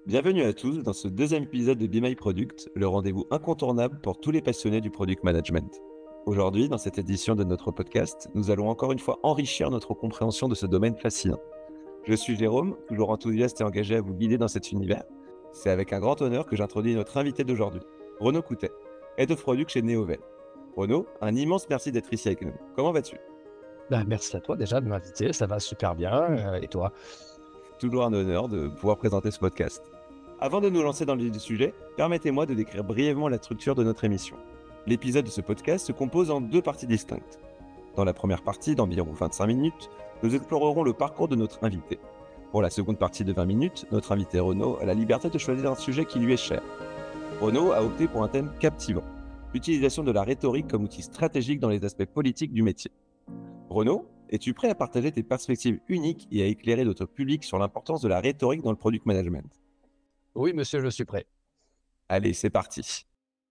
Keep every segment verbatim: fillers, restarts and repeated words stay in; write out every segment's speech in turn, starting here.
Bienvenue à tous dans ce deuxième épisode de Be My Product, le rendez-vous incontournable pour tous les passionnés du product management. Aujourd'hui, dans cette édition de notre podcast, nous allons encore une fois enrichir notre compréhension de ce domaine fascinant. Je suis Jérôme, toujours enthousiaste et engagé à vous guider dans cet univers. C'est avec un grand honneur que j'introduis notre invité d'aujourd'hui, Renaud Coutet, Head of Product chez Neovel. Renaud, un immense merci d'être ici avec nous. Comment vas-tu? Ben, merci à toi déjà de m'inviter, ça va super bien. euh, et toi? Toujours un honneur de pouvoir présenter ce podcast. Avant de nous lancer dans le vif du sujet, permettez-moi de décrire brièvement la structure de notre émission. L'épisode de ce podcast se compose en deux parties distinctes. Dans la première partie, d'environ vingt-cinq minutes, nous explorerons le parcours de notre invité. Pour la seconde partie de vingt minutes, notre invité Renaud a la liberté de choisir un sujet qui lui est cher. Renaud a opté pour un thème captivant, l'utilisation de la rhétorique comme outil stratégique dans les aspects politiques du métier. Renaud, es-tu prêt à partager tes perspectives uniques et à éclairer notre public sur l'importance de la rhétorique dans le product management? Oui, monsieur, je suis prêt. Allez, c'est parti.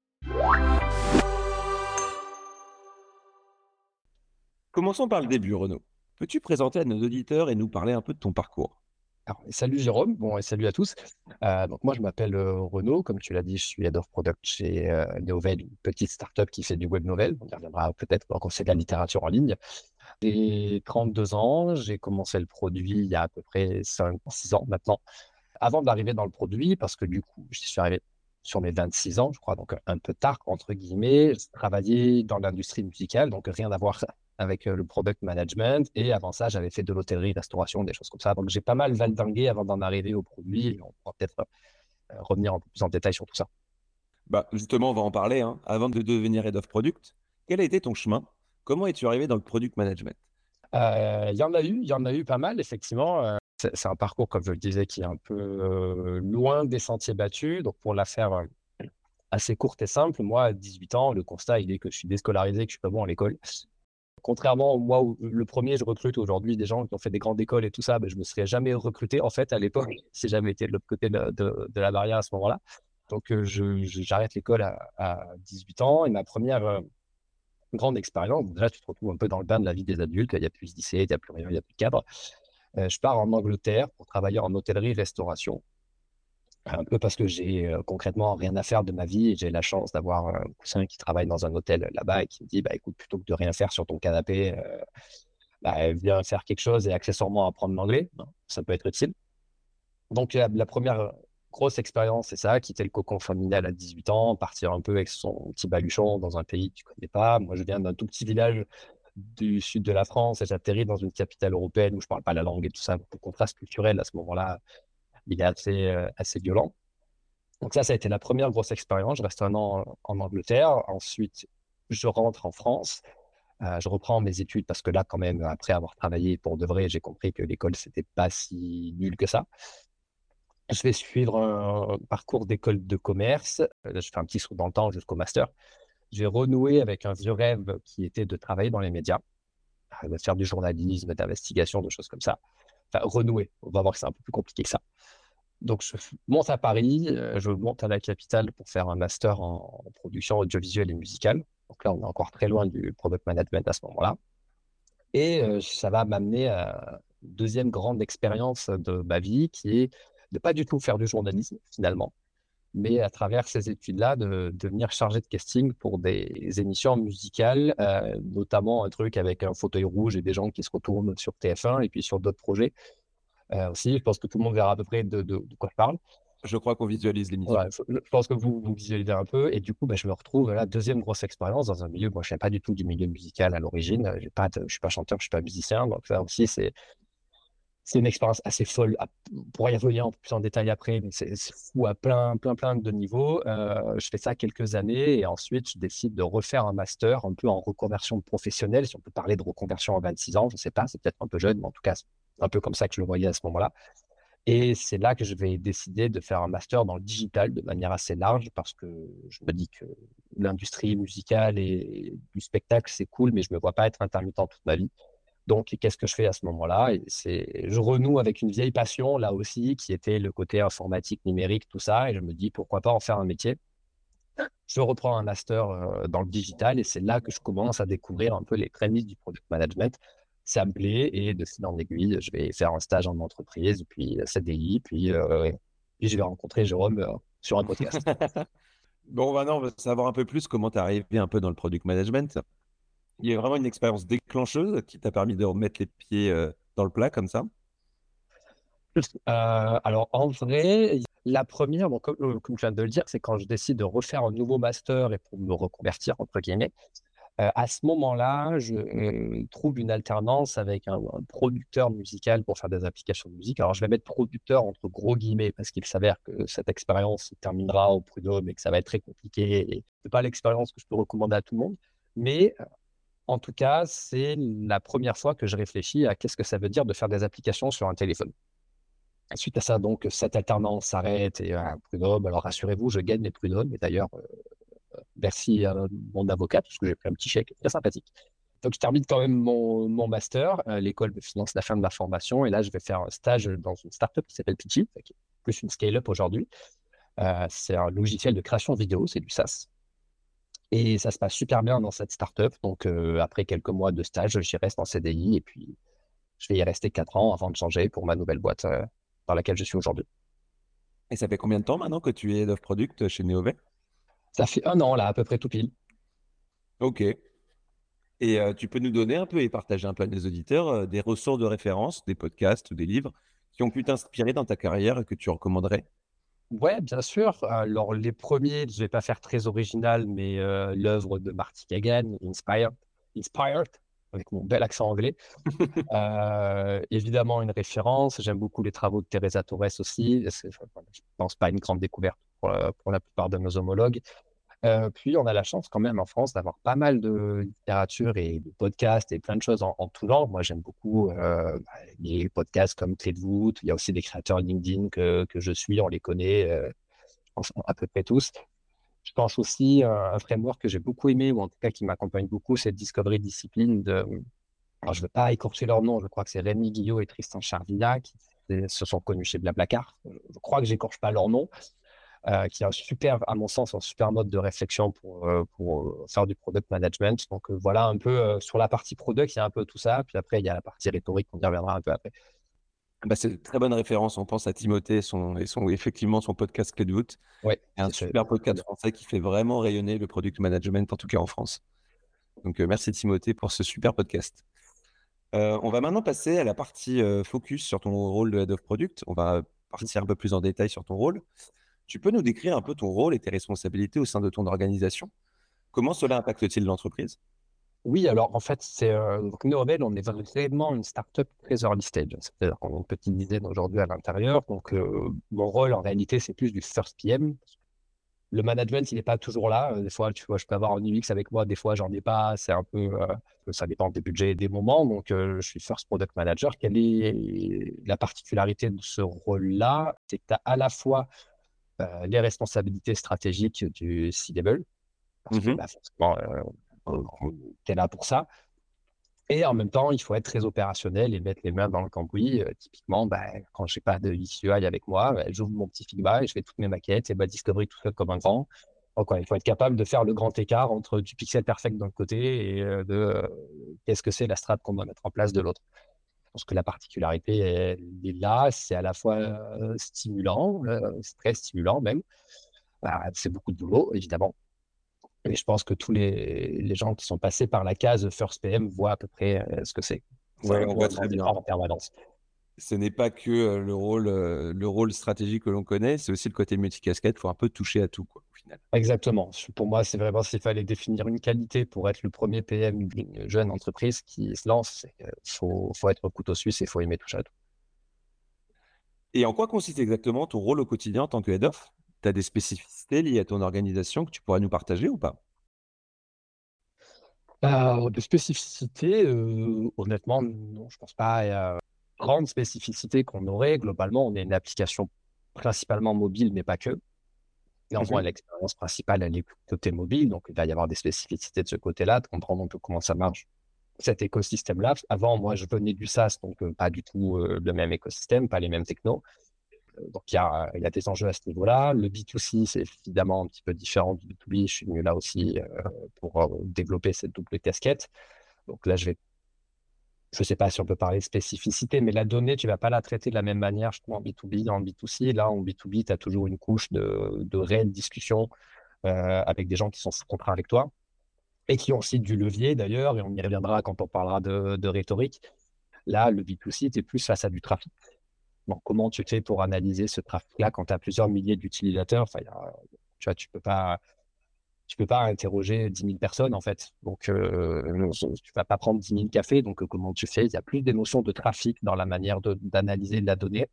Commençons par le début, Renaud. Peux-tu présenter à nos auditeurs et nous parler un peu de ton parcours? Alors, salut Jérôme, bon, et salut à tous. Euh, donc moi, je m'appelle euh, Renaud, comme tu l'as dit, je suis Head of Product chez euh, Neovel, une petite startup qui fait du web novel. On y reviendra peut-être quand c'est de la littérature en ligne. J'ai trente-deux ans, j'ai commencé le produit il y a à peu près cinq six ans maintenant. Avant d'arriver dans le produit, parce que du coup, je suis arrivé sur mes vingt-six ans, je crois, donc un peu tard, entre guillemets. J'ai travaillé dans l'industrie musicale, donc rien à voir avec euh, le product management. Et avant ça, j'avais fait de l'hôtellerie, restauration, des choses comme ça. Donc j'ai pas mal valdingué avant d'en arriver au produit. Et on pourra peut-être euh, revenir un peu plus en détail sur tout ça. Bah, justement, on va en parler, hein. Avant de devenir Head of Product, quel a été ton chemin? Comment es-tu arrivé dans le product management? Euh, Il y en a eu, il y en a eu pas mal, effectivement. Euh, c'est c'est un parcours, comme je le disais, qui est un peu euh, loin des sentiers battus. Donc pour la faire euh, assez courte et simple, moi, à dix-huit ans, le constat, il est que je suis déscolarisé, que je suis pas bon à l'école. Contrairement, moi, où le premier, je recrute aujourd'hui des gens qui ont fait des grandes écoles et tout ça, ben, je me serais jamais recruté, en fait, à l'époque, si j'avais été de l'autre côté de, de- de la barrière à ce moment-là. Donc, euh, je, je- j'arrête l'école à, à dix-huit ans et ma première euh, grande expérience, déjà, tu te retrouves un peu dans le bain de la vie des adultes, il n'y a plus de lycée, il n'y a plus rien, il n'y a plus de cadre. Euh, je pars en Angleterre pour travailler en hôtellerie-restauration. Un peu parce que j'ai euh, concrètement rien à faire de ma vie et j'ai la chance d'avoir un cousin qui travaille dans un hôtel là-bas et qui me dit, bah, écoute, plutôt que de rien faire sur ton canapé, euh, bah, viens faire quelque chose et accessoirement apprendre l'anglais, hein, ça peut être utile. Donc la, la première grosse expérience, c'est ça, quitter le cocon familial à dix-huit ans, partir un peu avec son petit baluchon dans un pays que tu connais pas. Moi, je viens d'un tout petit village du sud de la France et j'atterris dans une capitale européenne où je parle pas la langue et tout ça. Donc, le contraste culturel à ce moment-là, il est assez, euh, assez violent. Donc ça, ça a été la première grosse expérience. Je reste un an en Angleterre. Ensuite, je rentre en France. Euh, je reprends mes études parce que là, quand même, après avoir travaillé pour de vrai, j'ai compris que l'école, c'était pas si nul que ça. Je vais suivre un parcours d'école de commerce. Euh, Je fais un petit saut dans le temps jusqu'au master. Je vais renouer avec un vieux rêve qui était de travailler dans les médias, euh, de faire du journalisme, d'investigation, de choses comme ça. Enfin, renouer. On va voir que c'est un peu plus compliqué que ça. Donc, je monte à Paris, euh, je monte à la capitale pour faire un master en, en production audiovisuelle et musicale. Donc là, on est encore très loin du product management à ce moment-là. Et euh, ça va m'amener à une deuxième grande expérience de ma vie qui est de pas du tout faire du journalisme finalement, mais à travers ces études-là, de devenir chargé de casting pour des émissions musicales, euh, notamment un truc avec un fauteuil rouge et des gens qui se retournent sur T F un et puis sur d'autres projets euh, aussi. Je pense que tout le monde verra à peu près de, de, de quoi je parle. Je crois qu'on visualise l'émission. Ouais, je je pense que vous vous visualisez un peu. Et du coup, bah, je me retrouve là, deuxième grosse expérience dans un milieu. Moi, je ne viens pas du tout du milieu musical à l'origine. J'ai pas de- je ne suis pas chanteur, je ne suis pas musicien. Donc, ça aussi, c'est c'est une expérience assez folle. À- On pourra y revenir en plus en détail après, mais c'est c'est fou à plein, plein, plein de niveaux. Euh, je fais ça quelques années et ensuite, je décide de refaire un master un peu en reconversion professionnelle. Si on peut parler de reconversion à vingt-six ans, je ne sais pas, c'est peut-être un peu jeune, mais en tout cas, c'est un peu comme ça que je le voyais à ce moment-là. Et c'est là que je vais décider de faire un master dans le digital de manière assez large parce que je me dis que l'industrie musicale et du spectacle, c'est cool, mais je ne me vois pas être intermittent toute ma vie. Donc, qu'est-ce que je fais à ce moment-là? Et c'est, je renoue avec une vieille passion, là aussi, qui était le côté informatique, numérique, tout ça. Et je me dis, pourquoi pas en faire un métier? Je reprends un master euh, dans le digital et c'est là que je commence à découvrir un peu les prémices du product management. Ça me plaît et de fil en aiguille, je vais faire un stage en entreprise, puis C D I, puis euh, puis je vais rencontrer Jérôme euh, sur un podcast. Bon, maintenant, on va savoir un peu plus comment tu es arrivé un peu dans le product management. Il y a vraiment une expérience déclencheuse qui t'a permis de remettre les pieds euh, dans le plat comme ça. Euh, alors, en vrai, la première, bon, comme, euh, comme je viens de le dire, c'est quand je décide de refaire un nouveau master et pour me reconvertir, entre guillemets. Euh, à ce moment-là, je euh, trouve une alternance avec un, un producteur musical pour faire des applications de musique. Alors, je vais mettre producteur entre gros guillemets parce qu'il s'avère que cette expérience se terminera au prud'homme et que ça va être très compliqué. Et c'est pas l'expérience que je peux recommander à tout le monde. Mais euh, en tout cas, c'est la première fois que je réfléchis à qu'est-ce que ça veut dire de faire des applications sur un téléphone. Suite à ça, donc, cette alternance s'arrête et un prud'homme. Alors, rassurez-vous, je gagne mes prud'hommes. Et d'ailleurs, euh, merci à mon avocat, parce que j'ai pris un petit chèque très sympathique. Donc, je termine quand même mon, mon master. Euh, l'école me finance la fin de ma formation. Et là, je vais faire un stage dans une startup qui s'appelle Pitchy, qui est plus une scale-up aujourd'hui. Euh, c'est un logiciel de création vidéo, c'est du SaaS. Et ça se passe super bien dans cette startup. Donc, euh, après quelques mois de stage, j'y reste en C D I. Et puis, je vais y rester quatre ans avant de changer pour ma nouvelle boîte euh, dans laquelle je suis aujourd'hui. Et ça fait combien de temps maintenant que tu es Head of Product chez Neovay? Ça fait un an, là, à peu près tout pile. Ok. Et euh, tu peux nous donner un peu et partager un peu à nos auditeurs euh, des ressources de référence, des podcasts ou des livres qui ont pu t'inspirer dans ta carrière et que tu recommanderais? Ouais, bien sûr. Alors, les premiers, je vais pas faire très original, mais euh, l'œuvre de Marty Kagan, Inspired, Inspired, avec mon bel accent anglais. Euh, évidemment, une référence. J'aime beaucoup les travaux de Teresa Torres aussi. C'est, enfin, voilà, je pense pas une grande découverte pour, la- pour la plupart de nos homologues. Euh, puis, on a la chance quand même en France d'avoir pas mal de littérature et de podcasts et plein de choses en, en tout genre. Moi, j'aime beaucoup euh, bah, les podcasts comme Clé de voûte. Il y a aussi des créateurs LinkedIn que, que je suis, on les connaît, euh, je pense à peu près tous. Je pense aussi euh, un framework que j'ai beaucoup aimé, ou en tout cas qui m'accompagne beaucoup, c'est Discovery Discipline de, alors je ne veux pas écorcher leur nom, je crois que c'est Rémi Guillot et Tristan Charvilla qui se sont connus chez Blablacar. Je crois que j'écorche pas leur nom, euh, qui est un super, à mon sens, un super mode de réflexion pour, euh, pour euh, faire du product management. Donc euh, voilà un peu euh, sur la partie product, il y a un peu tout ça. Puis après, il y a la partie rhétorique, on y reviendra un peu après. Bah, c'est une très bonne référence. On pense à Timothée son, et son, effectivement son podcast Clé de voûte. Oui, Et un c'est c'est super très podcast bien. français qui fait vraiment rayonner le product management, en tout cas en France. Donc, euh, merci Timothée pour ce super podcast. Euh, on va maintenant passer à la partie euh, focus sur ton rôle de Head of Product. On va partir un peu plus en détail sur ton rôle. Tu peux nous décrire un peu ton rôle et tes responsabilités au sein de ton organisation? Comment cela impacte-t-il l'entreprise? Oui, alors en fait, c'est euh, donc Neovel, on est vraiment une startup très early stage. C'est-à-dire qu'on a une petite dizaine aujourd'hui à l'intérieur. Donc, euh, mon rôle en réalité, c'est plus du first P M. Le management, il n'est pas toujours là. Euh, Des fois, tu vois, je peux avoir un U X avec moi, des fois, j'en ai pas. C'est un peu, euh, ça dépend des budgets et des moments. Donc, euh, je suis first product manager. Quelle est la particularité de ce rôle-là? C'est que tu as à la fois euh, les responsabilités stratégiques du C-level, parce que Mhm. bah, forcément, euh, tu es là pour ça. Et en même temps, il faut être très opérationnel et mettre les mains dans le cambouis. Euh, typiquement, bah, quand je n'ai pas de U X U I avec moi, bah, j'ouvre mon petit Figma et je fais toutes mes maquettes et bah, Discovery tout seul comme un grand. Donc, ouais, il faut être capable de faire le grand écart entre du pixel perfect d'un côté et euh, de euh, qu'est-ce que c'est la strat qu'on doit mettre en place de l'autre. Je pense que la particularité, elle est là. C'est à la fois euh, stimulant, euh, c'est très stimulant même. Bah, c'est beaucoup de boulot, évidemment. Et je pense que tous les, les gens qui sont passés par la case First P M voient à peu près euh, ce que c'est. C'est Ouais, un on peu voit un très grand bien. départ en permanence. Ce n'est pas que euh, le rôle, euh, le rôle stratégique que l'on connaît, c'est aussi le côté multicasquette. Il faut un peu toucher à tout, quoi, au final. Exactement. Pour moi, c'est vraiment s'il fallait définir une qualité pour être le premier P M d'une jeune entreprise qui se lance, il faut, faut être couteau suisse et il faut aimer toucher à tout. Et en quoi consiste exactement ton rôle au quotidien en tant que head of? Tu as des spécificités liées à ton organisation que tu pourrais nous partager ou pas? Euh, de spécificité, euh, honnêtement, non, je pense pas. Il y a grande spécificité qu'on aurait. Globalement, on est une application principalement mobile, mais pas que. Néanmoins, Mhm. l'expérience principale, elle est côté mobile, donc il va y avoir des spécificités de ce côté-là, de comprendre un peu comment ça marche, cet écosystème-là. Avant, moi, je venais du SaaS, donc euh, pas du tout euh, le même écosystème, pas les mêmes technos. Euh, donc, il y a, il y a des enjeux à ce niveau-là. Le B deux C, c'est évidemment un petit peu différent du B deux B. Je suis venu là aussi euh, pour euh, développer cette double casquette. Donc là, je vais je ne sais pas si on peut parler de spécificité, mais la donnée, tu ne vas pas la traiter de la même manière, je trouve, en B deux B, en B deux C. Là, en B deux B, tu as toujours une couche de, de réelle discussion euh, avec des gens qui sont sous contrat avec toi et qui ont aussi du levier d'ailleurs, et on y reviendra quand on parlera de, de rhétorique. Là, le B deux C, tu es plus face à du trafic. Donc, comment tu fais pour analyser ce trafic-là quand tu as plusieurs milliers d'utilisateurs? Enfin, y a, tu vois, tu peux pas, tu peux pas interroger dix mille personnes, en fait. Donc, euh, tu vas pas prendre dix mille cafés. Donc, euh, comment tu fais? Il y a plus des notions de trafic dans la manière de- d'analyser la donnée.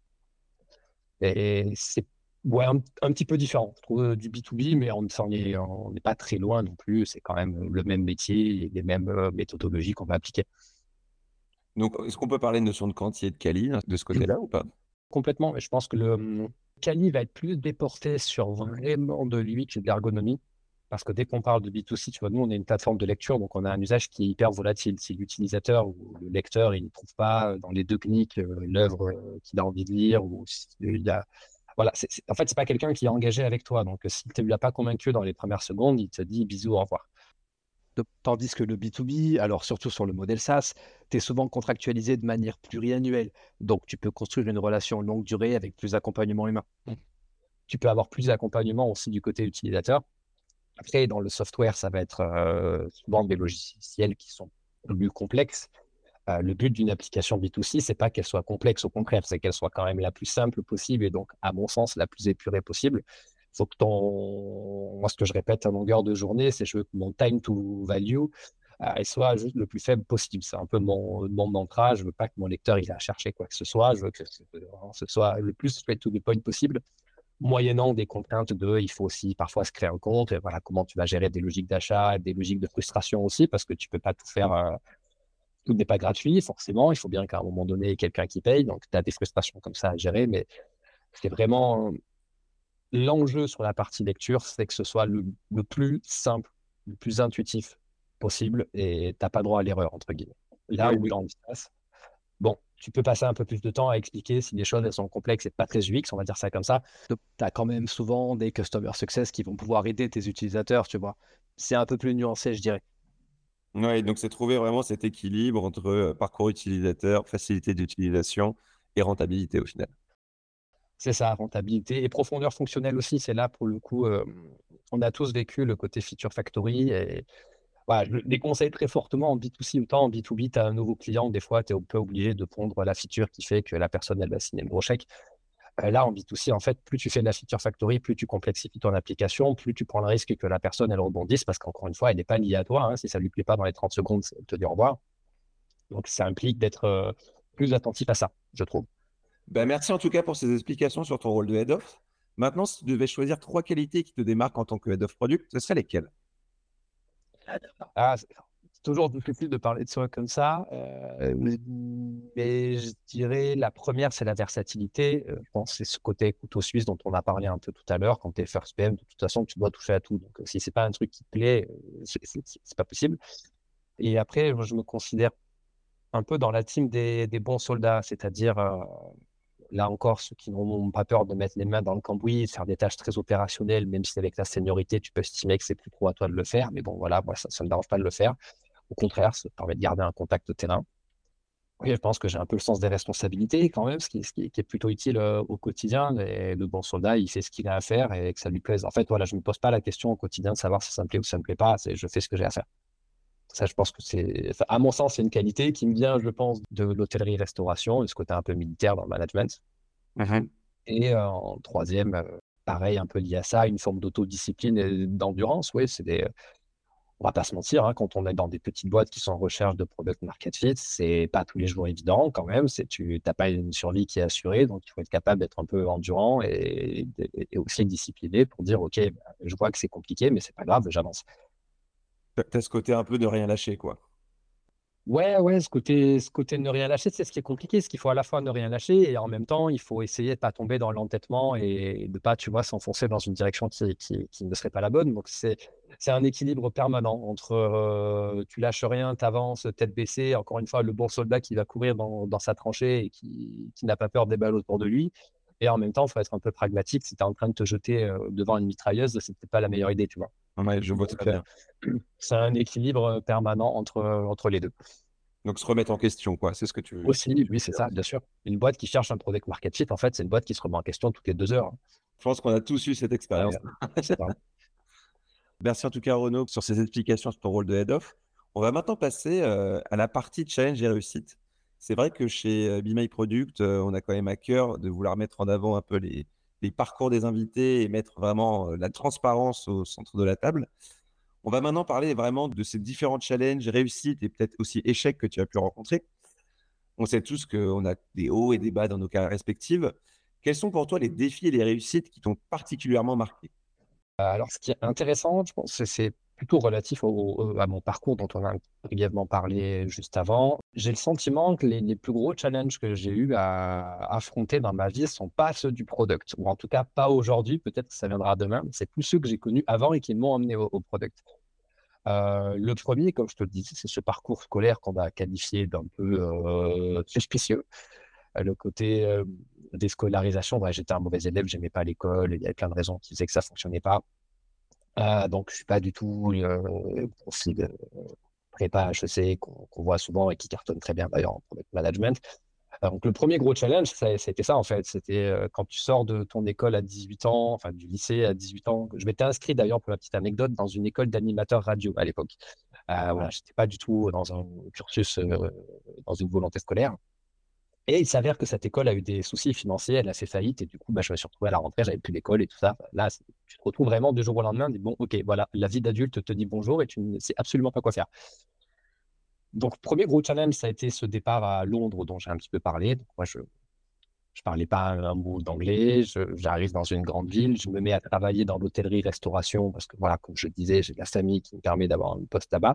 Et c'est ouais, un, un petit peu différent, je trouve, euh, du B deux B, mais on s'en est, on n'est pas très loin non plus. C'est quand même le même métier et les mêmes euh, méthodologies qu'on va appliquer. Donc, est-ce qu'on peut parler de notion de quanti et de quali hein, de ce côté-là ou pas? Complètement. Et je pense que le hum, Kali va être plus déporté sur vraiment de l'U X et de l'ergonomie. Parce que dès qu'on parle de B deux C, tu vois, nous, on est une plateforme de lecture, donc on a un usage qui est hyper volatile. Si l'utilisateur ou le lecteur, il ne trouve pas dans les deux clics euh, l'œuvre euh, qu'il a envie de lire, ou s'il y a... Voilà, c'est, c'est- en fait, c'est pas quelqu'un qui est engagé avec toi. Donc, si tu ne l'as pas convaincu dans les premières secondes, il te dit bisous, au revoir. De- Tandis que le B deux B, alors surtout sur le modèle SaaS, tu es souvent contractualisé de manière pluriannuelle. Donc, tu peux construire une relation longue durée avec plus d'accompagnement humain. Tu peux avoir plus d'accompagnement aussi du côté utilisateur. Après, dans le software, ça va être euh, souvent des logiciels qui sont plus complexes. Euh, le but d'une application B deux C, c'est pas qu'elle soit complexe, au contraire, c'est qu'elle soit quand même la plus simple possible et donc, à mon sens, la plus épurée possible. Il faut que ton... Moi, ce que je répète à longueur de journée, c'est que je veux que mon time to value euh, soit juste le plus faible possible. C'est un peu mon, mon mantra. Je veux pas que mon lecteur il a cherché quoi que ce soit. Je veux que ce, ce soit le plus straight to the point possible, moyennant des contraintes de, il faut aussi parfois se créer un compte, et voilà, comment tu vas gérer des logiques d'achat, des logiques de frustration aussi, parce que tu peux pas tout faire, euh, tout n'est pas gratuit, forcément, il faut bien qu'à un moment donné, il y ait quelqu'un qui paye, donc tu as des frustrations comme ça à gérer, mais c'est vraiment l'enjeu sur la partie lecture, c'est que ce soit le, le plus simple, le plus intuitif possible, et t'as pas droit à l'erreur, entre guillemets. Là Oui, où dans le SaaS, bon, tu peux passer un peu plus de temps à expliquer si les choses elles sont complexes et pas très U X, on va dire ça comme ça. Tu as quand même souvent des customer success qui vont pouvoir aider tes utilisateurs, tu vois. C'est un peu plus nuancé, je dirais. Ouais, donc c'est trouver vraiment cet équilibre entre euh, parcours utilisateur, facilité d'utilisation et rentabilité au final. C'est ça, rentabilité et profondeur fonctionnelle aussi. C'est là, pour le coup, euh, on a tous vécu le côté Feature Factory. Et voilà, je le déconseille très fortement en B deux C. Autant en B deux B, tu as un nouveau client, des fois, tu es un peu obligé de prendre la feature qui fait que la personne, elle va signer le gros chèque. Euh, là, en B deux C, en fait, plus tu fais de la Feature Factory, plus tu complexifies ton application, plus tu prends le risque que la personne, elle rebondisse, parce qu'encore une fois, elle n'est pas liée à toi, hein. Si ça ne lui plaît pas dans les trente secondes, c'est te dire au revoir. Donc, ça implique d'être euh, plus attentif à ça, je trouve. Ben, merci en tout cas pour ces explications sur ton rôle de head of. Maintenant, si tu devais choisir trois qualités qui te démarquent en tant que head of product, ce seraient lesquelles? Ah, c'est c'est toujours difficile de parler de soi comme ça, euh, mais, mais je dirais la première, c'est la versatilité. Euh, je pense que c'est ce côté couteau suisse dont on a parlé un peu tout à l'heure. Quand tu es first P M, de toute façon, tu dois toucher à tout. Donc, euh, si c'est pas un truc qui te plaît, euh, c'est c'est- c'est pas possible. Et après, moi, je me considère un peu dans la team des, des bons soldats, c'est-à-dire, euh, là encore, ceux qui n'ont pas peur de mettre les mains dans le cambouis, de faire des tâches très opérationnelles, même si avec la seniorité, tu peux estimer que c'est plus trop à toi de le faire. Mais bon, voilà, moi, ça ne me dérange pas de le faire. Au contraire, ça permet de garder un contact terrain. Oui, je pense que j'ai un peu le sens des responsabilités quand même, ce qui, ce qui, qui est plutôt utile euh, au quotidien. Et le bon soldat, il fait ce qu'il a à faire et que ça lui plaise. En fait, voilà, je ne me pose pas la question au quotidien de savoir si ça me plaît ou si ça ne me plaît pas. C'est je fais ce que j'ai à faire. Ça, je pense que c'est, enfin, à mon sens, c'est une qualité qui me vient, je pense, de l'hôtellerie-restauration, de ce côté un peu militaire dans le management. Mhm. Et euh, en troisième, euh, pareil, un peu lié à ça, une forme d'autodiscipline et d'endurance. Oui, c'est des, on va pas se mentir, hein, quand on est dans des petites boîtes qui sont en recherche de product market fit, c'est pas tous les jours évident quand même. C'est tu n'as pas une survie qui est assurée, donc il faut être capable d'être un peu endurant et, et- et aussi discipliné pour dire ok, bah, je vois que c'est compliqué, mais c'est pas grave, j'avance. T'as t'as ce côté un peu de rien lâcher, quoi. Ouais, ouais, ce côté, ce côté de ne rien lâcher, c'est ce qui est compliqué, c'est qu'il faut à la fois ne rien lâcher et en même temps, il faut essayer de pas tomber dans l'entêtement et de pas, tu vois, s'enfoncer dans une direction qui, qui, qui ne serait pas la bonne. Donc, c'est, c'est un équilibre permanent entre euh, tu lâches rien, tu avances tête baissée, encore une fois, le bon soldat qui va courir dans, dans sa tranchée et qui, qui n'a pas peur des balles autour de lui. Et en même temps, il faut être un peu pragmatique. Si tu es en train de te jeter euh, devant une mitrailleuse, c'est peut-être pas la meilleure idée, tu vois. Ouais, je vois Donc, très euh, bien. c'est un équilibre permanent entre, entre les deux. Donc se remettre en question, quoi. C'est ce que tu, Aussi, tu oui, veux c'est dire. ça, bien sûr. Une boîte qui cherche un product market fit, en fait, c'est une boîte qui se remet en question toutes les deux heures, hein. Je pense qu'on a tous eu cette expérience. Ouais, c'est ça. Merci en tout cas, Renaud, sur ces explications sur ton rôle de head of. On va maintenant passer euh, à la partie challenge et réussite. C'est vrai que chez euh, Be My Product, euh, on a quand même à cœur de vouloir mettre en avant un peu les, les parcours des invités et mettre vraiment euh, la transparence au centre de la table. On va maintenant parler vraiment de ces différents challenges, réussites et peut-être aussi échecs que tu as pu rencontrer. On sait tous qu'on a des hauts et des bas dans nos carrières respectives. Quels sont pour toi les défis et les réussites qui t'ont particulièrement marqué? Alors, ce qui est intéressant, je pense, c'est c'est plutôt relatif au, au- à mon parcours dont on a brièvement parlé juste avant. J'ai le sentiment que les, les plus gros challenges que j'ai eu à affronter dans ma vie ne sont pas ceux du product, ou en tout cas pas aujourd'hui, peut-être que ça viendra demain, mais c'est plus ceux que j'ai connus avant et qui m'ont amené au, au product. Euh, le premier, comme je te le disais, c'est ce parcours scolaire qu'on va qualifier d'un peu euh, suspicieux. Euh, Le côté euh, déscolarisation, ouais, j'étais un mauvais élève, j'aimais pas l'école, il y avait plein de raisons qui faisaient que ça fonctionnait pas. Euh, donc, je suis pas du tout euh, profil de prépa H E C qu'on qu'on voit souvent et qui cartonne très bien d'ailleurs en product management. Euh, Donc, le premier gros challenge, ça- c'était ça en fait. C'était euh, quand tu sors de ton école à dix-huit ans, enfin du lycée à dix-huit ans. Je m'étais inscrit d'ailleurs, pour la petite anecdote, dans une école d'animateur radio à l'époque. Euh, voilà, j'étais pas du tout dans un cursus, euh, dans une volonté scolaire. Et il s'avère que cette école a eu des soucis financiers, elle a fait faillite, et du coup, bah, je me suis retrouvé à la rentrée, j'avais plus d'école et tout ça. Là, c'est- tu te retrouves vraiment du jour au lendemain, dis, bon, ok, voilà, la vie d'adulte te dit bonjour et tu ne sais absolument pas quoi faire. Donc, premier gros challenge, ça a été ce départ à Londres dont j'ai un petit peu parlé. Donc, moi, je je parlais pas un mot d'anglais, je- j'arrive dans une grande ville, je me mets à travailler dans l'hôtellerie-restauration parce que, voilà, comme je disais, j'ai de la famille qui me permet d'avoir un poste là-bas.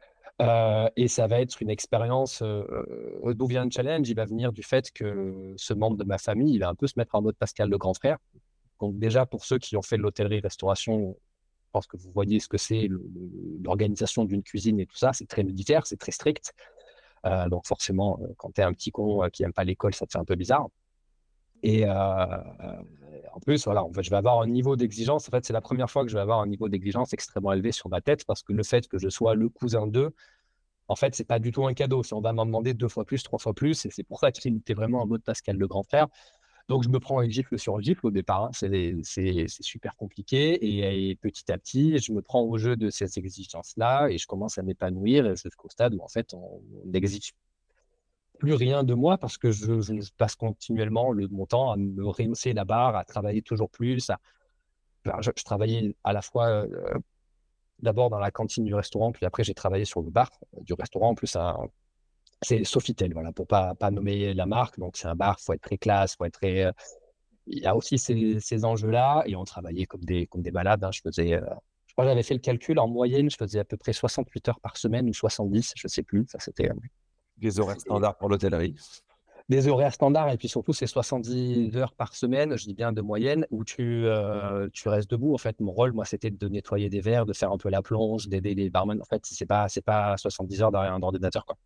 Euh, et ça va être une expérience, euh, euh, d'où vient le challenge, il va venir du fait que ce membre de ma famille, il va un peu se mettre en mode Pascal le grand frère. Donc déjà, pour ceux qui ont fait de l'hôtellerie-restauration, je pense que vous voyez ce que c'est, le- le- l'organisation d'une cuisine et tout ça, c'est très militaire, c'est très strict. Euh, donc forcément, euh, quand tu es un petit con euh, qui aime pas l'école, ça te fait un peu bizarre. Et euh, euh, en plus, voilà, en fait, je vais avoir un niveau d'exigence. En fait, c'est la première fois que je vais avoir un niveau d'exigence extrêmement élevé sur ma tête parce que le fait que je sois le cousin d'eux, en fait, c'est pas du tout un cadeau. Si on va m'en demander deux fois plus, trois fois plus, et c'est pour ça que j'étais vraiment en mode Pascal le grand frère. Donc, je me prends une gifle sur une gifle au départ, hein. C'est, c'est, c'est super compliqué. Et, et petit à petit, je me prends au jeu de ces exigences-là et je commence à m'épanouir jusqu'au stade où, en fait, on n'exige plus rien de moi parce que je, je passe continuellement le, mon temps à me rehausser la barre, à travailler toujours plus. À, enfin, je, je travaillais à la fois euh, d'abord dans la cantine du restaurant, puis après, j'ai travaillé sur le bar euh, du restaurant. En plus, un, c'est Sofitel, voilà, pour pas, pas nommer la marque. Donc, c'est un bar, il faut être très classe, faut être très. euh, Il y a aussi ces, ces enjeux-là. Et on travaillait comme des, comme des malades, hein. Je faisais, euh, je crois que j'avais fait le calcul. En moyenne, je faisais à peu près soixante-huit heures par semaine ou soixante-dix, je sais plus. Ça, c'était euh, Les horaires standards pour l'hôtellerie. des horaires standards. Et puis surtout, c'est soixante-dix heures par semaine, je dis bien de moyenne, où tu, euh, tu restes debout. En fait, mon rôle, moi, c'était de nettoyer des verres, de faire un peu la plonge, d'aider les barman. En fait, c'est pas, c'est pas soixante-dix heures derrière un ordinateur, quoi.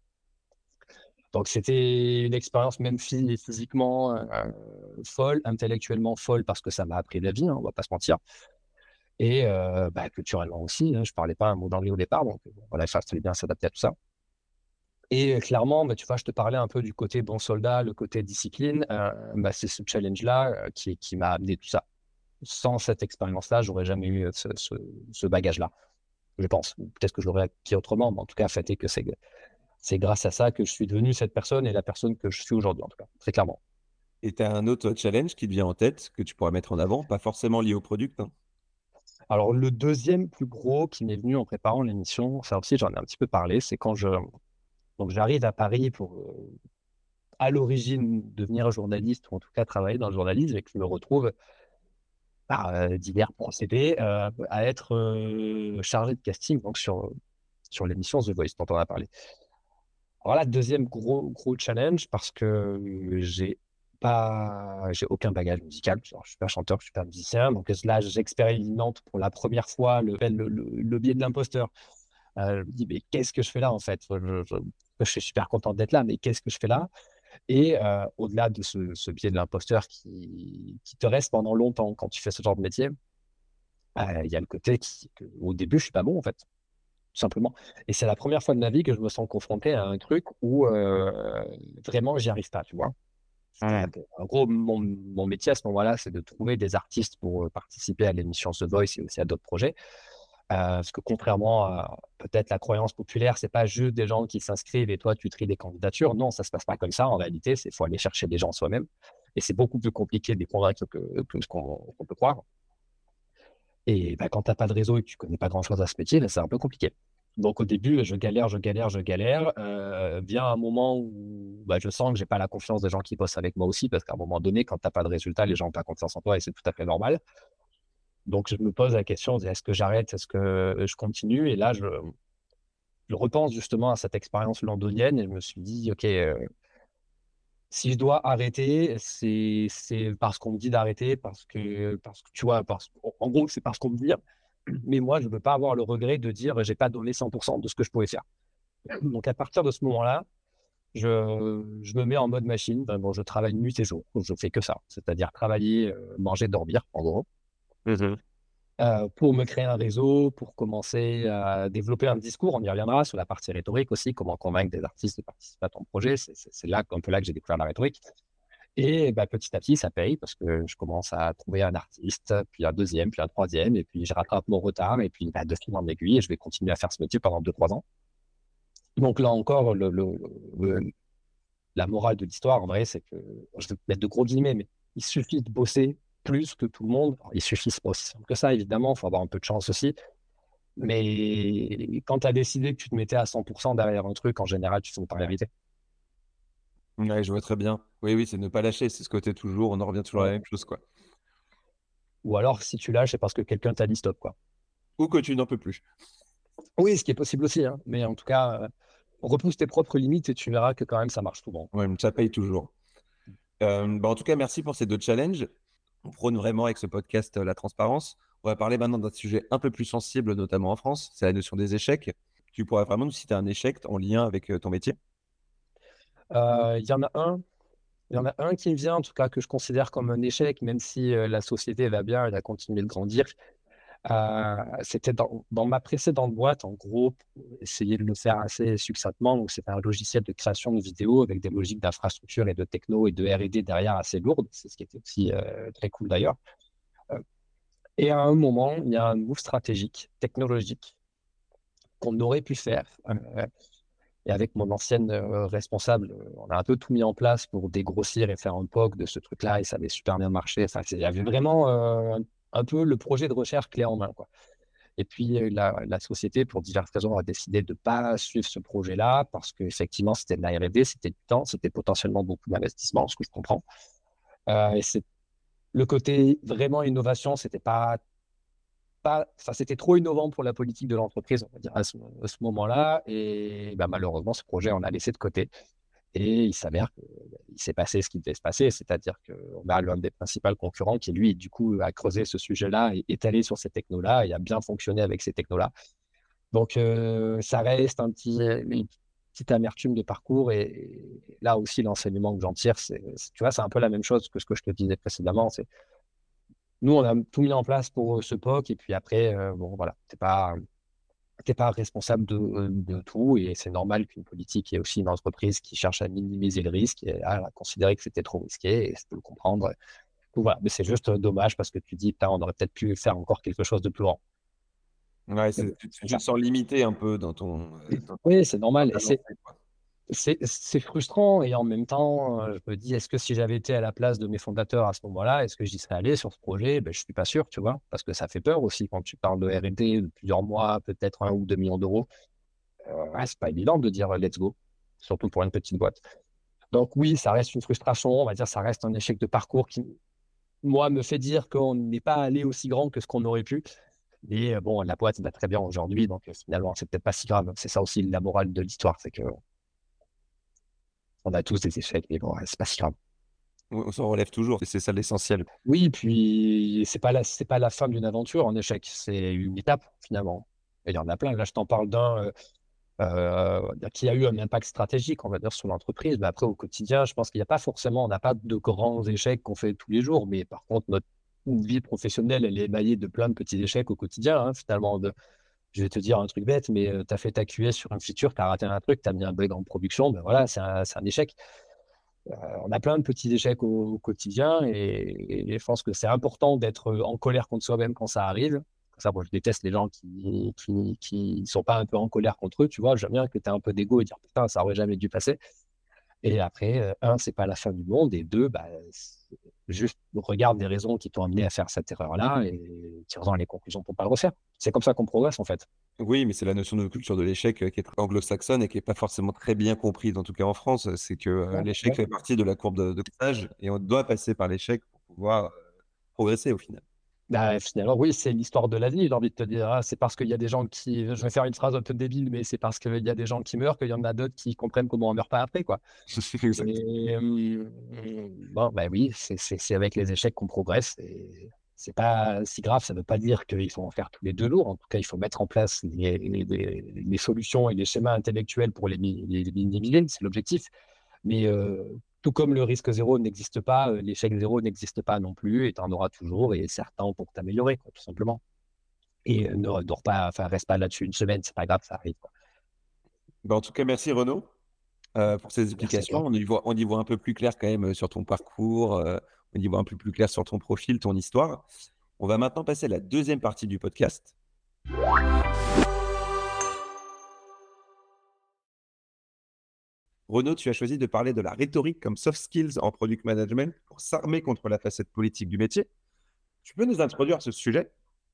Donc, c'était une expérience, même phy- physiquement euh, folle, intellectuellement folle, parce que ça m'a appris la vie, hein, on va pas se mentir. Et euh, bah, culturellement aussi, hein, je parlais pas un mot d'anglais au départ, donc bon, voilà, il fallait bien s'adapter à tout ça. Et euh, clairement, bah, tu vois, je te parlais un peu du côté bon soldat, le côté discipline. Euh, bah, c'est ce challenge-là euh, qui, qui m'a amené tout ça. Sans cette expérience-là, j'aurais jamais eu ce, ce, ce bagage-là, je pense. Ou peut-être que je l'aurais acquis autrement, mais en tout cas, fait est que c'est c'est grâce à ça que je suis devenu cette personne et la personne que je suis aujourd'hui, en tout cas, très clairement. Et tu as un autre challenge qui te vient en tête que tu pourrais mettre en avant, pas forcément lié au product, hein. Alors, le deuxième plus gros qui m'est venu en préparant l'émission, ça aussi, j'en ai un petit peu parlé, c'est quand je, donc j'arrive à Paris pour, euh, à l'origine, devenir journaliste, ou en tout cas travailler dans le journalisme, et que je me retrouve par euh, divers procédés euh, à être euh, chargé de casting donc sur, sur l'émission The Voice dont on a parlé. Alors là, deuxième gros, gros challenge parce que j'ai pas, j'ai aucun bagage musical. Alors, je suis pas chanteur, je suis pas musicien. Donc là, j'expérimente pour la première fois le, le, le, le biais de l'imposteur. Euh, je me dis, mais qu'est-ce que je fais là en fait? je, je, je suis super content d'être là, mais qu'est-ce que je fais là? Et euh, au-delà de ce, ce biais de l'imposteur qui, qui te reste pendant longtemps quand tu fais ce genre de métier, euh, il y a le côté qui, que, au début, je suis pas bon en fait. tout simplement. Et c'est la première fois de ma vie que je me sens confronté à un truc où euh, vraiment j'y arrive pas, tu vois. Ouais. C'est-à-dire que, en gros, mon, mon métier à ce moment-là, c'est de trouver des artistes pour euh, participer à l'émission The Voice et aussi à d'autres projets. Euh, parce que contrairement à peut-être la croyance populaire, c'est pas juste des gens qui s'inscrivent et toi tu tries des candidatures. Non, ça se passe pas comme ça. En réalité, c'est faut aller chercher des gens soi-même. Et c'est beaucoup plus compliqué de les convaincre que, que ce qu'on qu'on peut croire. Et bah, quand tu n'as pas de réseau et que tu connais pas grand-chose à ce métier, bah, c'est un peu compliqué. Donc au début, je galère, je galère, je galère. Euh, vient un moment où bah, je sens que j'ai pas la confiance des gens qui bossent avec moi aussi, parce qu'à un moment donné, quand tu n'as pas de résultat, les gens n'ont pas confiance en toi et c'est tout à fait normal. Donc je me pose la question, est-ce que j'arrête, est-ce que je continue? Et là, je, je repense justement à cette expérience londonienne et je me suis dit, OK, euh, si je dois arrêter, c'est c'est parce qu'on me dit d'arrêter, parce que, parce que tu vois, parce, en gros, c'est parce qu'on me dit. Mais moi, je ne veux pas avoir le regret de dire j'ai pas donné cent pour cent de ce que je pouvais faire. Donc à partir de ce moment-là, je, je me mets en mode machine. Enfin, bon, je travaille nuit et jour. Je fais que ça, c'est-à-dire travailler, euh, manger, dormir, en gros, Mhm. euh, pour me créer un réseau, pour commencer à développer un discours. On y reviendra sur la partie rhétorique aussi, comment convaincre des artistes de participer à ton projet. C'est c'est- c'est là, un peu là que j'ai découvert la rhétorique. Et bah, petit à petit, ça paye parce que je commence à trouver un artiste, puis un deuxième, puis un troisième, et puis je rattrape mon retard, et puis bah, de fil en aiguille, et je vais continuer à faire ce métier pendant deux, trois ans. Donc là encore, le, le- le- la morale de l'histoire, en vrai, c'est que, je vais mettre de gros guillemets, mais il suffit de bosser plus que tout le monde. Alors, il suffit, c'est pas aussi simple que ça, évidemment, il faut avoir un peu de chance aussi. Mais quand tu as décidé que tu te mettais à cent pour cent derrière un truc, en général, tu finis par y arriver. Ouais, je vois très bien. Oui, oui, c'est ne pas lâcher, c'est ce côté toujours, on en revient toujours à la Ouais. même chose, quoi. Ou alors, si tu lâches, c'est parce que quelqu'un t'a dit stop, quoi. Ou que tu n'en peux plus. Oui, ce qui est possible aussi, hein. Mais en tout cas, euh, repousse tes propres limites et tu verras que quand même, ça marche souvent. Ouais, mais ça paye toujours. Euh, bah, en tout cas, merci pour ces deux challenges. On prône vraiment avec ce podcast euh, la transparence. On va parler maintenant d'un sujet un peu plus sensible, notamment en France, c'est la notion des échecs. Tu pourrais vraiment nous citer un échec en lien avec euh, ton métier? Euh, Il y en a un, il y en a un qui me vient, en tout cas, que je considère comme un échec, même si euh, la société va bien, elle a continué de grandir. Euh, c'était dans, dans ma précédente boîte, en gros, pour essayer de le faire assez succinctement. Donc, c'est un logiciel de création de vidéos avec des logiques d'infrastructure et de techno et de R et D derrière assez lourdes. C'est ce qui était aussi euh, très cool d'ailleurs. Euh, et à un moment, il y a un move stratégique, technologique, qu'on aurait pu faire. Euh, et avec mon ancienne euh, responsable, euh, on a un peu tout mis en place pour dégrossir et faire un P O C de ce truc-là, et ça avait super bien marché. Enfin, c'est- il y avait vraiment euh, un peu le projet de recherche clé en main, quoi. Et puis, euh, la, la société, pour diverses raisons, a décidé de ne pas suivre ce projet-là parce qu'effectivement, c'était de la R et D, c'était du temps, c'était potentiellement beaucoup d'investissement, ce que je comprends. Euh, et c'est le côté vraiment innovation, c'était pas, pas, enfin, c'était trop innovant pour la politique de l'entreprise, on va dire, à ce, à ce moment-là. Et bah, malheureusement, ce projet, on l'a laissé de côté. Et il s'avère qu'il s'est passé ce qui devait se passer, c'est-à-dire qu'on a l'un des principaux concurrents qui, lui, du coup, a creusé ce sujet-là et est allé sur ces technos-là et a bien fonctionné avec ces technos-là. Donc, euh, ça reste un petit, une petite amertume de parcours. Et, et là aussi, l'enseignement que j'en tire, c'est, c'est- tu vois, c'est un peu la même chose que ce que je te disais précédemment. C'est, nous, on a tout mis en place pour euh, ce P O C. Et puis après, euh, bon, voilà, t'es pas, t'es pas responsable de, euh, de tout. Et c'est normal qu'une politique et aussi une entreprise qui cherche à minimiser le risque et à considérer que c'était trop risqué. Et je peux le comprendre. Donc, voilà, mais c'est juste euh, dommage parce que tu dis, putain, on aurait peut-être pu faire encore quelque chose de plus grand. Ouais, Mais c'est- bon, tu, c'est tu- comme tu ça. te sens limité un peu dans ton, euh, dans Oui, c'est normal. Et ta c'est lancée, quoi. C'est c'est frustrant et en même temps, euh, je me dis, est-ce que si j'avais été à la place de mes fondateurs à ce moment-là, est-ce que j'y serais allé sur ce projet? Ben, je suis pas sûr, tu vois, parce que ça fait peur aussi quand tu parles de R et D de plusieurs mois, peut-être un ou deux millions d'euros. Euh, ouais, c'est pas évident de dire euh, let's go, surtout pour une petite boîte. Donc oui, ça reste une frustration, on va dire, ça reste un échec de parcours qui, moi, me fait dire qu'on n'est pas allé aussi grand que ce qu'on aurait pu. Et euh, bon, la boîte va très bien aujourd'hui, donc euh, finalement, c'est peut-être pas si grave. C'est ça aussi la morale de l'histoire, c'est que on a tous des échecs, mais bon, ouais, c'est pas si grave. On, on s'en relève toujours, et c'est ça l'essentiel. Oui, puis c'est pas la, c'est pas la fin d'une aventure en échec, c'est une étape finalement. Et il y en a plein. Là, je t'en parle d'un euh, euh, qui a eu un impact stratégique, on va dire, sur l'entreprise. Mais après, au quotidien, je pense qu'il n'y a pas forcément, on n'a pas de grands échecs qu'on fait tous les jours. Mais par contre, notre vie professionnelle, elle est émaillée de plein de petits échecs au quotidien, hein, finalement, de, Je vais te dire un truc bête, mais euh, tu as fait ta Q S sur une feature, tu as raté un truc, tu as mis un bug en production, ben voilà, c'est un, c'est un échec. Euh, on a plein de petits échecs au, au quotidien et, et je pense que c'est important d'être en colère contre soi-même quand ça arrive. Ça, moi, je déteste les gens qui qui, qui sont pas un peu en colère contre eux, tu vois. J'aime bien que tu aies un peu d'ego et dire putain, ça aurait jamais dû passer. Et après, euh, un, c'est pas la fin du monde, et deux, bah, c'est- juste regarde les raisons qui t'ont amené à faire cette erreur-là et tire-en les conclusions pour pas le refaire. C'est comme ça qu'on progresse en fait. Oui, mais c'est la notion de culture de l'échec euh, qui est très anglo-saxonne et qui est pas forcément très bien comprise, en tout cas en France. C'est que euh, Ouais, l'échec ouais. fait partie de la courbe de, de passage et on doit passer par l'échec pour pouvoir euh, progresser au final. Bah, finalement, oui, c'est l'histoire de la vie, j'ai envie de te dire. Ah, c'est parce qu'il y a des gens qui. Je vais faire une phrase un peu débile, mais c'est parce qu'il y a des gens qui meurent qu'il y en a d'autres qui comprennent comment on meurt pas après, quoi. Exact. Et euh, bon, bah oui, c'est c'est- c'est avec les échecs qu'on progresse. Et c'est pas si grave, ça veut pas dire qu'il faut en faire tous les deux jours. En tout cas, il faut mettre en place les, les- les- les solutions et les schémas intellectuels pour les, mi- les les minimiser, c'est l'objectif. Mais euh, tout comme le risque zéro n'existe pas, euh, l'échec zéro n'existe pas non plus, et tu en auras toujours, et certains pour t'améliorer, quoi, tout simplement. Et euh, ne dors pas, enfin, reste pas là-dessus une semaine, c'est pas grave, ça arrive, quoi. Bah, en tout cas, merci Renaud euh, pour ces Merci à explications. toi. On y voit, on y voit un peu plus clair quand même euh, sur ton parcours, euh, on y voit un peu plus clair sur ton profil, ton histoire. On va maintenant passer à la deuxième partie du podcast. Renaud, tu as choisi de parler de la rhétorique comme soft skills en product management pour s'armer contre la facette politique du métier. Tu peux nous introduire à ce sujet?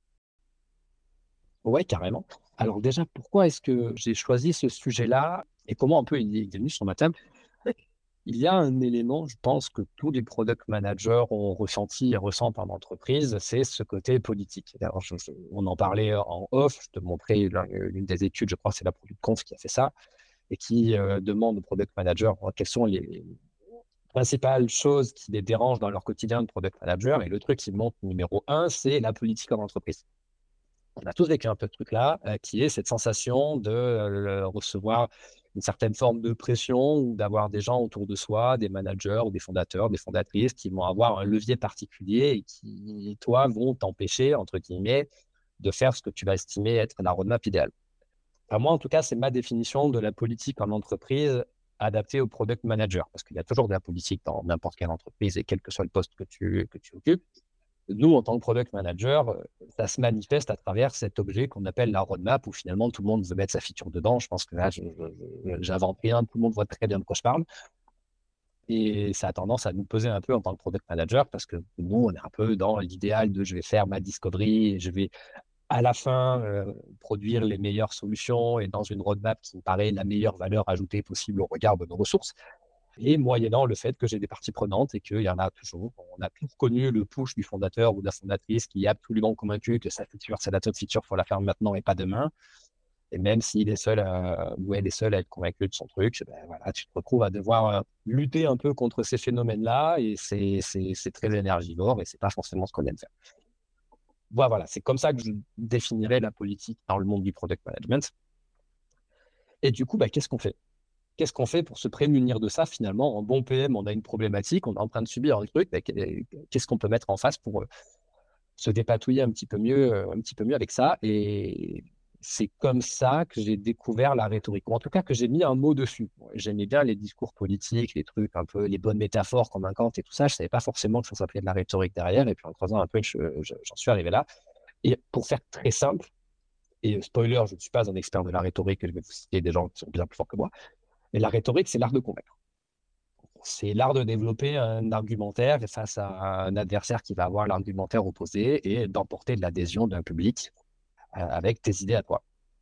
Ouais, carrément. Alors déjà, pourquoi est-ce que j'ai choisi ce sujet-là et comment un peu il est il est venu sur ma table? Il y a un élément, je pense, que tous les product managers ont ressenti et ressentent en entreprise, c'est ce côté politique. Alors, je- je- on en parlait en off, je te montrais l'un- l'une des études, je crois que c'est la Product Conf qui a fait ça, et qui euh, demande aux product managers euh, quelles sont les principales choses qui les dérangent dans leur quotidien de product manager. Et le truc qui montre numéro un, c'est la politique en entreprise. On a tous vécu un peu ce truc-là, euh, qui est cette sensation de euh, recevoir une certaine forme de pression ou d'avoir des gens autour de soi, des managers ou des fondateurs, des fondatrices qui vont avoir un levier particulier et qui, toi, vont t'empêcher, entre guillemets, de faire ce que tu vas estimer être la roadmap idéale. Enfin, moi, en tout cas, c'est ma définition de la politique en entreprise adaptée au product manager, parce qu'il y a toujours de la politique dans n'importe quelle entreprise et quel que soit le poste que tu, que tu occupes. Nous, en tant que product manager, euh, ça se manifeste à travers cet objet qu'on appelle la roadmap, où finalement tout le monde veut mettre sa feature dedans. Je pense que là, je j'invente rien, tout le monde voit très bien de quoi je parle. Et ça a tendance à nous peser un peu en tant que product manager, parce que nous, on est un peu dans l'idéal de je vais faire ma discovery, et je vais à la fin euh, produire les meilleures solutions et dans une roadmap qui me paraît la meilleure valeur ajoutée possible au regard de nos ressources. Et moyennant le fait que j'ai des parties prenantes et qu'il y en a toujours. On a tous connu le push du fondateur ou de la fondatrice qui est absolument convaincu que sa feature, c'est la top feature, il faut la faire maintenant et pas demain. Et même s'il est seul à, ou elle est seule à être convaincue de son truc, ben voilà, tu te retrouves à devoir euh, lutter un peu contre ces phénomènes-là et c'est, c'est, c'est très énergivore et c'est pas forcément ce qu'on aime faire. Voilà, voilà, c'est comme ça que je définirais la politique dans le monde du product management. Et du coup, ben, qu'est-ce qu'on fait? Qu'est-ce qu'on fait pour se prémunir de ça finalement? En bon P M, on a une problématique, on est en train de subir un truc, mais qu'est-ce qu'on peut mettre en face pour euh, se dépatouiller un petit peu mieux, euh, un petit peu mieux avec ça? Et c'est comme ça que j'ai découvert la rhétorique, ou en tout cas que j'ai mis un mot dessus. J'aimais bien les discours politiques, les trucs un peu, les bonnes métaphores comme un Kant et tout ça. Je savais pas forcément que ça s'appelait de la rhétorique derrière. Et puis en creusant un peu, je- je- j'en suis arrivé là. Et pour faire très simple, et spoiler, je ne suis pas un expert de la rhétorique, je vais vous citer des gens qui sont bien plus forts que moi, mais la rhétorique, c'est l'art de convaincre. C'est l'art de développer un argumentaire face à un adversaire qui va avoir l'argumentaire opposé et d'emporter de l'adhésion d'un public euh, avec tes idées à toi.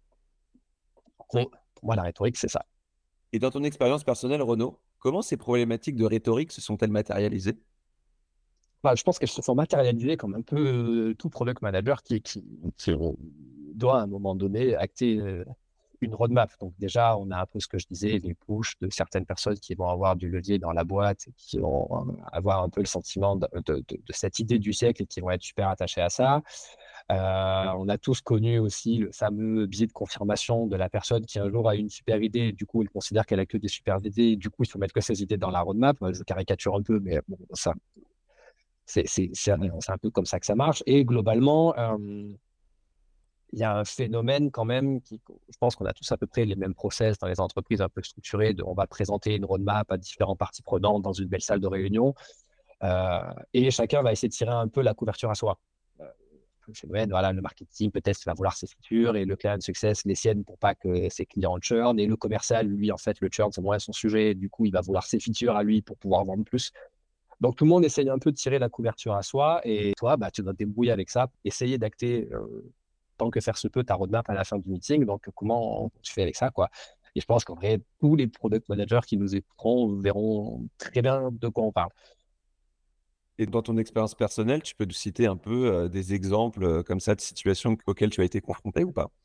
En gros, pour moi, la rhétorique, c'est ça. Et dans ton expérience personnelle, Renaud, comment ces problématiques de rhétorique se sont-elles matérialisées? Bah, je pense qu'elles se sont matérialisées comme un peu euh, tout product manager qui, qui, qui doit à un moment donné acter euh, une roadmap. Donc déjà, on a un peu ce que je disais, les pushs de certaines personnes qui vont avoir du levier dans la boîte, et qui vont euh, avoir un peu le sentiment de, de, de, de cette idée du siècle et qui vont être super attachés à ça. Euh, on a tous connu aussi le fameux biais de confirmation de la personne qui un jour a une super idée, et du coup, il considère qu'elle a que des super idées, et du coup, il faut mettre que ses idées dans la roadmap. Je caricature un peu, mais bon, ça, c'est c'est- c'est un, c'est un peu comme ça que ça marche. Et globalement, euh, il y a un phénomène quand même qui, je pense qu'on a tous à peu près les mêmes process dans les entreprises un peu structurées. De, on va présenter une roadmap à différentes parties prenantes dans une belle salle de réunion euh, et chacun va essayer de tirer un peu la couverture à soi. Euh, le phénomène, voilà, le marketing peut-être va vouloir ses features et le client success les siennes pour pas que ses clients churn, et le commercial, lui, en fait, le churn, c'est moins son sujet. Du coup, il va vouloir ses features à lui pour pouvoir vendre plus. Donc, tout le monde essaye un peu de tirer la couverture à soi et toi, bah, tu dois te débrouiller avec ça, essayer d'acter euh, tant que faire se peut ta roadmap à la fin du meeting. Donc, comment tu fais avec ça, quoi. Et je pense qu'en vrai, tous les product managers qui nous écouteront verront très bien de quoi on parle. Et dans ton expérience personnelle, tu peux nous citer un peu euh, des exemples euh, comme ça de situations auxquelles tu as été confronté ou pas?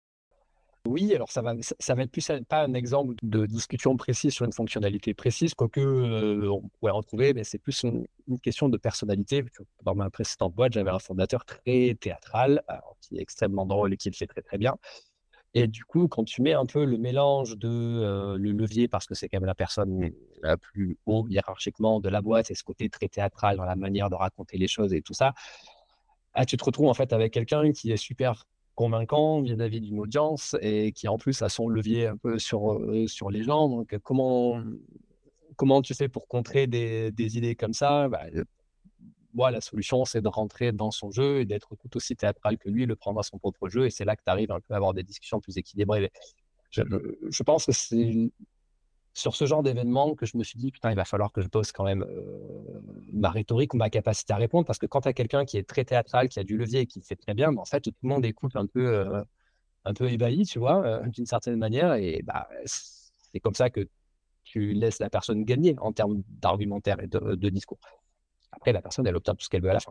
Oui, alors ça va, ça, ça va être plus un- pas un exemple de discussion précise sur une fonctionnalité précise, quoique euh, on pourrait en trouver, mais c'est plus une, une question de personnalité. Dans ma précédente boîte, j'avais un fondateur très théâtral, alors, qui est extrêmement drôle et qui le fait très très bien. Et du coup, quand tu mets un peu le mélange de euh, le levier, parce que c'est quand même la personne la plus haut hiérarchiquement de la boîte, et ce côté très théâtral dans la manière de raconter les choses et tout ça, ah, tu te retrouves en fait avec quelqu'un qui est super convaincant vis-à-vis d'une audience et qui en plus a son levier un peu sur, euh, sur les gens. Donc, comment, comment tu fais pour contrer des, des idées comme ça? Bah, euh, moi, la solution, c'est de rentrer dans son jeu et d'être tout aussi théâtral que lui, le prendre à son propre jeu. Et c'est là que tu arrives un peu à avoir des discussions plus équilibrées. Je, je pense que c'est sur ce genre d'événement que je me suis dit, putain, il va falloir que je bosse quand même euh, ma rhétorique ou ma capacité à répondre, parce que quand tu as quelqu'un qui est très théâtral, qui a du levier et qui le fait très bien, bah, en fait, tout le monde écoute un peu, euh, un peu ébahi, tu vois, euh, d'une certaine manière, et bah, c'est comme ça que tu laisses la personne gagner en termes d'argumentaire et de, de discours. Après, la personne, elle obtient tout ce qu'elle veut à la fin.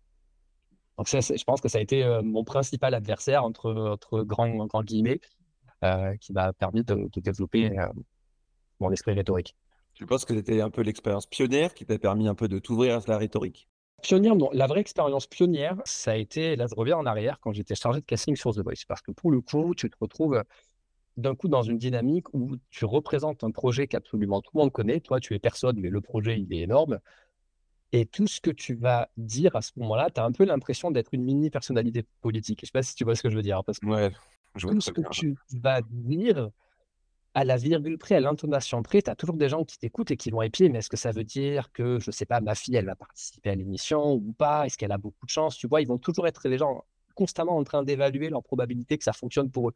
Donc, ça, je pense que ça a été euh, mon principal adversaire, entre, entre grands, grands guillemets, euh, qui m'a permis de, de développer euh, mon esprit rhétorique. Tu penses que c'était un peu l'expérience pionnière qui t'a permis un peu de t'ouvrir à la rhétorique? Pionnière, non. La vraie expérience pionnière, ça a été, là je reviens en arrière, quand j'étais chargé de casting sur The Voice. Parce que pour le coup, tu te retrouves d'un coup dans une dynamique où tu représentes un projet qu'absolument tout le monde connaît. Toi, tu es personne, mais le projet, il est énorme. Et tout ce que tu vas dire à ce moment-là, tu as un peu l'impression d'être une mini personnalité politique. Je ne sais pas si tu vois ce que je veux dire, parce que Ouais, je vois tout ce très que bien. tu vas dire, à la virgule près, à l'intonation près, tu as toujours des gens qui t'écoutent et qui vont épier, mais est-ce que ça veut dire que, je sais pas, ma fille, elle va participer à l'émission ou pas? Est-ce qu'elle a beaucoup de chance? Tu vois, ils vont toujours être les gens constamment en train d'évaluer leur probabilité que ça fonctionne pour eux.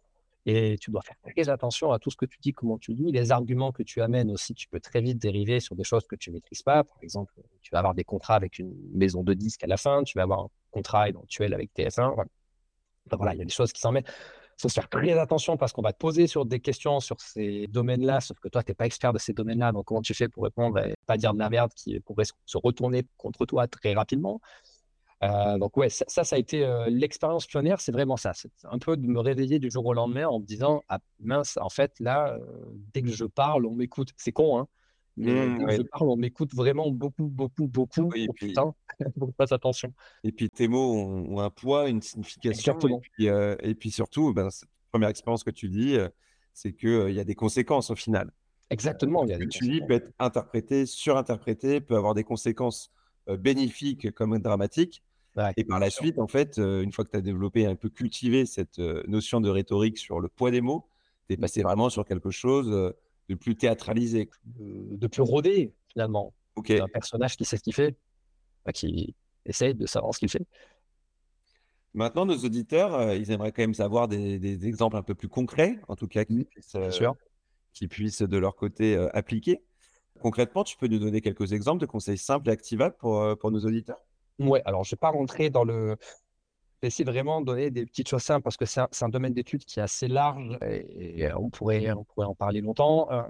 Et tu dois faire très attention à tout ce que tu dis, comment tu dis, les arguments que tu amènes aussi. Tu peux très vite dériver sur des choses que tu maîtrises pas. Par exemple, tu vas avoir des contrats avec une maison de disques à la fin, tu vas avoir un contrat éventuel avec T F un. Voilà, enfin, voilà, il y a des choses qui s'en mettent. Il faut se faire très attention parce qu'on va te poser sur des questions sur ces domaines-là, sauf que toi, tu n'es pas expert de ces domaines-là. Donc, comment tu fais pour répondre et pas dire de la merde qui pourrait se retourner contre toi très rapidement? Euh, donc, ouais, ça, ça, ça a été euh, l'expérience pionnière, c'est vraiment ça. C'est un peu de me réveiller du jour au lendemain en me disant, ah mince, en fait, là, euh, dès que je parle, on m'écoute. C'est con, hein, mais Mmh, dès que je ouais. parle, on m'écoute vraiment beaucoup, beaucoup, beaucoup. Oui, et Oh puis, putain, faut que je fasse attention. et puis tes mots ont, ont un poids, une signification. Et Exactement. puis, euh, et puis surtout, ben, cette première expérience que tu dis, euh, c'est qu'il y a des conséquences au final. Exactement, il y Ce a que des tu dis peut conséquences. être interprété, surinterprété, peut avoir des conséquences euh, bénéfiques comme dramatiques. Ouais, Et par bien la sûr. suite, en fait, euh, une fois que tu as développé et un peu cultivé cette euh, notion de rhétorique sur le poids des mots, tu es passé vraiment sur quelque chose euh, de plus théâtralisé. de, de plus rodé, finalement, Ok. d'un personnage qui sait ce qu'il fait, enfin, qui essaye de savoir ce qu'il fait. Maintenant, nos auditeurs, euh, ils aimeraient quand même savoir des, des exemples un peu plus concrets, en tout cas, Mm. qui puissent, Bien euh, sûr. qui puissent de leur côté euh, appliquer. Concrètement, tu peux nous donner quelques exemples de conseils simples et activables pour, euh, pour nos auditeurs? Ouais, alors je ne vais pas rentrer dans le. Je vais essayer de vraiment donner des petites choses simples parce que c'est un, c'est un domaine d'études qui est assez large et, et on pourrait, on pourrait en parler longtemps. Euh,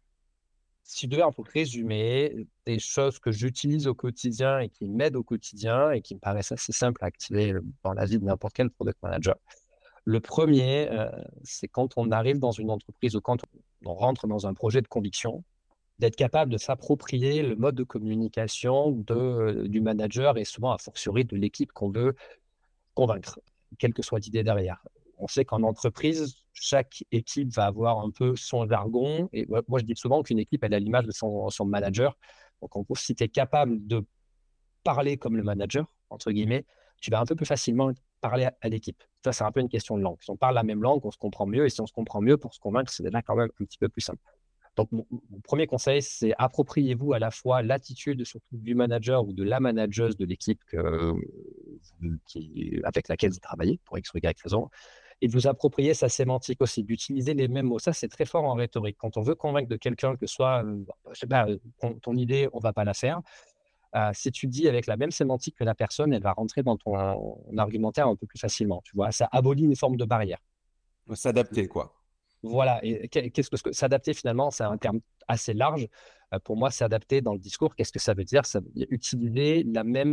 si je devais un peu résumer des choses que j'utilise au quotidien et qui m'aident au quotidien et qui me paraissent assez simples à activer dans la vie de n'importe quel product manager. Le premier, euh, c'est quand on arrive dans une entreprise ou quand on rentre dans un projet de conviction, d'être capable de s'approprier le mode de communication de, euh, du manager et souvent, a fortiori, de l'équipe qu'on veut convaincre, quelle que soit l'idée derrière. On sait qu'en entreprise, chaque équipe va avoir un peu son jargon. Et ouais, moi, je dis souvent qu'une équipe, elle a l'image de son, son manager. Donc, en gros, si tu es capable de parler comme le manager, entre guillemets, tu vas un peu plus facilement parler à, à l'équipe. Ça, c'est un peu une question de langue. Si on parle la même langue, on se comprend mieux. Et si on se comprend mieux, pour se convaincre, c'est déjà quand même un petit peu plus simple. Donc, mon, mon premier conseil, c'est appropriez-vous à la fois l'attitude surtout du manager ou de la manageuse de l'équipe que, qui, avec laquelle vous travaillez, pour X ou Y raison, et de vous approprier sa sémantique aussi, d'utiliser les mêmes mots. Ça, c'est très fort en rhétorique. Quand on veut convaincre de quelqu'un que soit, euh, je sais pas, ton, ton idée, on va pas la faire. Euh, si tu dis avec la même sémantique que la personne, elle va rentrer dans ton argumentaire un peu plus facilement. Tu vois, ça abolit une forme de barrière. S'adapter, quoi. Voilà. Et qu'est-ce que s'adapter finalement, c'est un terme assez large. Euh, pour moi, s'adapter dans le discours, qu'est-ce que ça veut dire? Ça veut dire utiliser la même,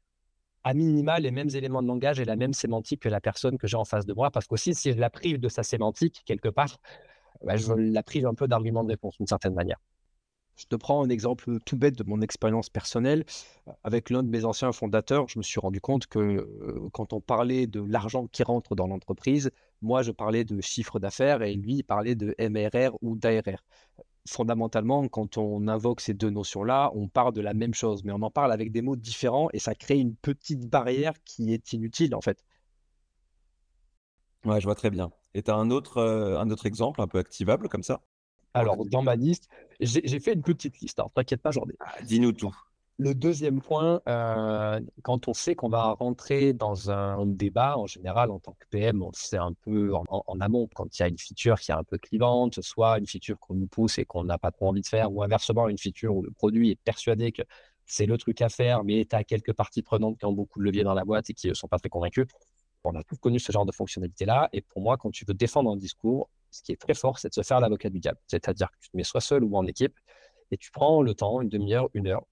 à minima, les mêmes éléments de langage et la même sémantique que la personne que j'ai en face de moi. Parce qu'aussi, si je la prive de sa sémantique, quelque part, bah, je la prive un peu d'argument de réponse d'une certaine manière. Je te prends un exemple tout bête de mon expérience personnelle. Avec l'un de mes anciens fondateurs, je me suis rendu compte que euh, quand on parlait de l'argent qui rentre dans l'entreprise, moi, je parlais de chiffre d'affaires et lui, il parlait de M R R ou d'A R R. Fondamentalement, quand on invoque ces deux notions-là, on parle de la même chose, mais on en parle avec des mots différents et ça crée une petite barrière qui est inutile, en fait. Ouais, je vois très bien. Et tu as un autre, euh, un autre exemple un peu activable comme ça? Alors, dans ma liste, j'ai j'ai fait une petite liste. Alors, t'inquiète pas, j'en ai. Ah, dis-nous tout. Le deuxième point, euh, quand on sait qu'on va rentrer dans un débat, en général, en tant que P M, on le sait un peu en, en- en amont, quand il y a une feature qui est un peu clivante, soit une feature qu'on nous pousse et qu'on n'a pas trop envie de faire, ou inversement, une feature où le produit est persuadé que c'est le truc à faire, mais tu as quelques parties prenantes qui ont beaucoup de levier dans la boîte et qui ne sont pas très convaincus. On a tous connu ce genre de fonctionnalité-là. Et pour moi, quand tu veux défendre un discours, ce qui est très fort, c'est de se faire l'avocat du diable. C'est-à-dire que tu te mets soit seul ou en équipe et tu prends le temps, une demi-heure, une heure,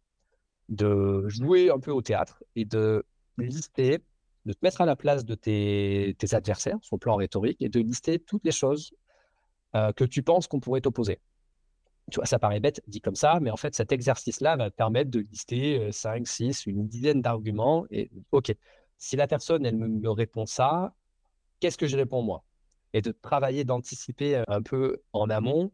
de jouer un peu au théâtre et de lister, de te mettre à la place de tes, tes adversaires sur le plan rhétorique et de lister toutes les choses euh, que tu penses qu'on pourrait t'opposer. Tu vois, ça paraît bête dit comme ça, mais en fait, cet exercice-là va te permettre de lister euh, cinq, six, une dizaine d'arguments. Et OK, si la personne, elle me, me répond ça, qu'est-ce que je réponds moi? Et de travailler, d'anticiper un peu en amont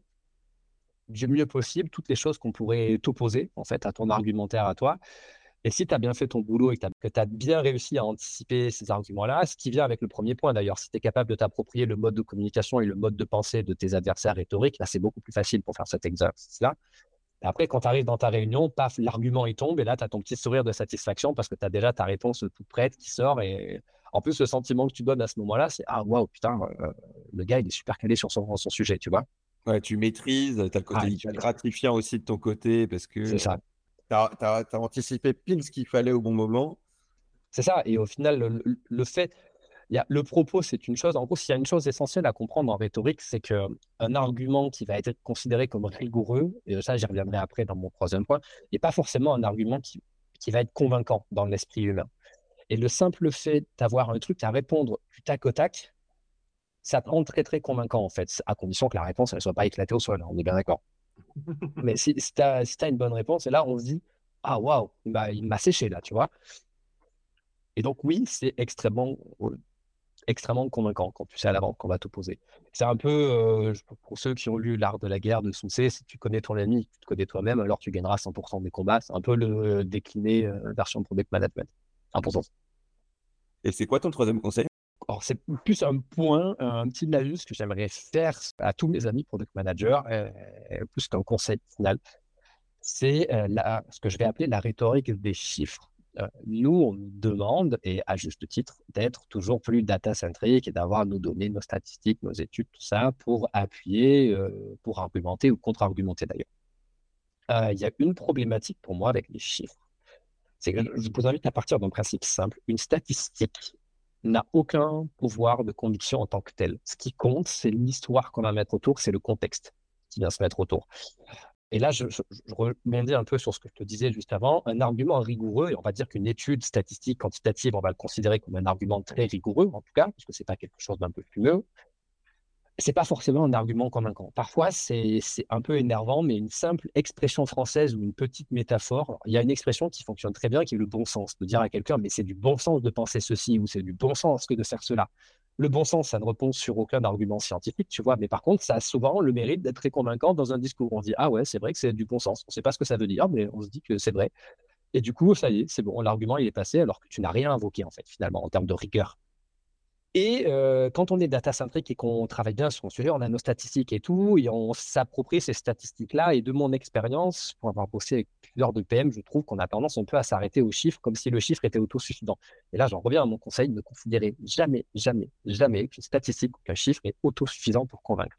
du mieux possible toutes les choses qu'on pourrait t'opposer en fait à ton argumentaire à toi. Et si tu as bien fait ton boulot et que tu as bien réussi à anticiper ces arguments-là, ce qui vient avec le premier point d'ailleurs, si tu es capable de t'approprier le mode de communication et le mode de pensée de tes adversaires rhétoriques, là c'est beaucoup plus facile pour faire cet exercice-là. Et après, quand tu arrives dans ta réunion, paf, l'argument il tombe et là tu as ton petit sourire de satisfaction parce que tu as déjà ta réponse toute prête qui sort. Et en plus, le sentiment que tu donnes à ce moment-là, c'est ah waouh, putain, euh, le gars il est super calé sur son, son sujet, tu vois. Ouais, tu maîtrises, tu as le côté Ah, hyper gratifiant aussi de ton côté parce c'est que ça. tu as, anticipé pile ce qu'il fallait au bon moment. C'est ça. Et au final, le, le- le fait, il y a, le propos, c'est une chose. En gros, s'il y a une chose essentielle à comprendre en rhétorique, c'est qu'un argument qui va être considéré comme rigoureux, et ça, j'y reviendrai après dans mon troisième point, n'est pas forcément un argument qui, qui va être convaincant dans l'esprit humain. Et le simple fait d'avoir un truc à répondre du tac au tac, ça te rend très, très convaincant, en fait, à condition que la réponse ne soit pas éclatée au sol. On est bien d'accord. Mais si, si tu as, si t'as une bonne réponse, et là, on se dit, ah waouh, bah, il m'a séché là, tu vois. Et donc, oui, c'est extrêmement extrêmement convaincant quand tu sais à l'avance qu'on va t'opposer. C'est un peu, euh, pour ceux qui ont lu L'Art de la guerre de Sun Tzu, si tu connais ton ennemi, tu te connais toi-même, alors tu gagneras cent pour cent des combats. C'est un peu le décliné euh, version product management. Important. Et c'est quoi ton troisième conseil? Alors, c'est plus un point, un petit laïus que j'aimerais faire à tous mes amis product managers, euh, plus qu'un conseil final. C'est euh, la, ce que je vais appeler la rhétorique des chiffres. Euh, nous, on nous demande, et à juste titre, d'être toujours plus data-centrique et d'avoir nos données, nos statistiques, nos études, tout ça, pour appuyer, euh, pour argumenter ou contre-argumenter d'ailleurs. Euh, Il y a une problématique pour moi avec les chiffres. C'est que je vous invite à partir d'un principe simple. Une statistique n'a aucun pouvoir de conviction en tant que tel. Ce qui compte, c'est l'histoire qu'on va mettre autour, c'est le contexte qui vient se mettre autour. Et là, je, je, je rebondis un peu sur ce que je te disais juste avant. Un argument rigoureux, et on va dire qu'une étude statistique quantitative, on va le considérer comme un argument très rigoureux, en tout cas, parce que c'est pas quelque chose d'un peu fumeux. C'est pas forcément un argument convaincant. Parfois, c'est c'est un peu énervant, mais une simple expression française ou une petite métaphore. Alors, il y a une expression qui fonctionne très bien, qui est le bon sens. De dire à quelqu'un, mais c'est du bon sens de penser ceci ou c'est du bon sens que de faire cela. Le bon sens, ça ne repose sur aucun argument scientifique, tu vois, mais par contre, ça a souvent le mérite d'être très convaincant dans un discours. On dit, ah ouais, c'est vrai que c'est du bon sens. On ne sait pas ce que ça veut dire, mais on se dit que c'est vrai. Et du coup, ça y est, c'est bon, l'argument, il est passé alors que tu n'as rien invoqué, en fait, finalement, en termes de rigueur. Et euh, quand on est data-centric et qu'on travaille bien sur un sujet, on a nos statistiques et tout, et on s'approprie ces statistiques-là. Et de mon expérience, pour avoir bossé avec plusieurs de P M, je trouve qu'on a tendance un peu à s'arrêter aux chiffres, comme si le chiffre était autosuffisant. Et là, j'en reviens à mon conseil, ne considérez jamais, jamais, jamais qu'une statistique ou qu'un chiffre est autosuffisant pour convaincre.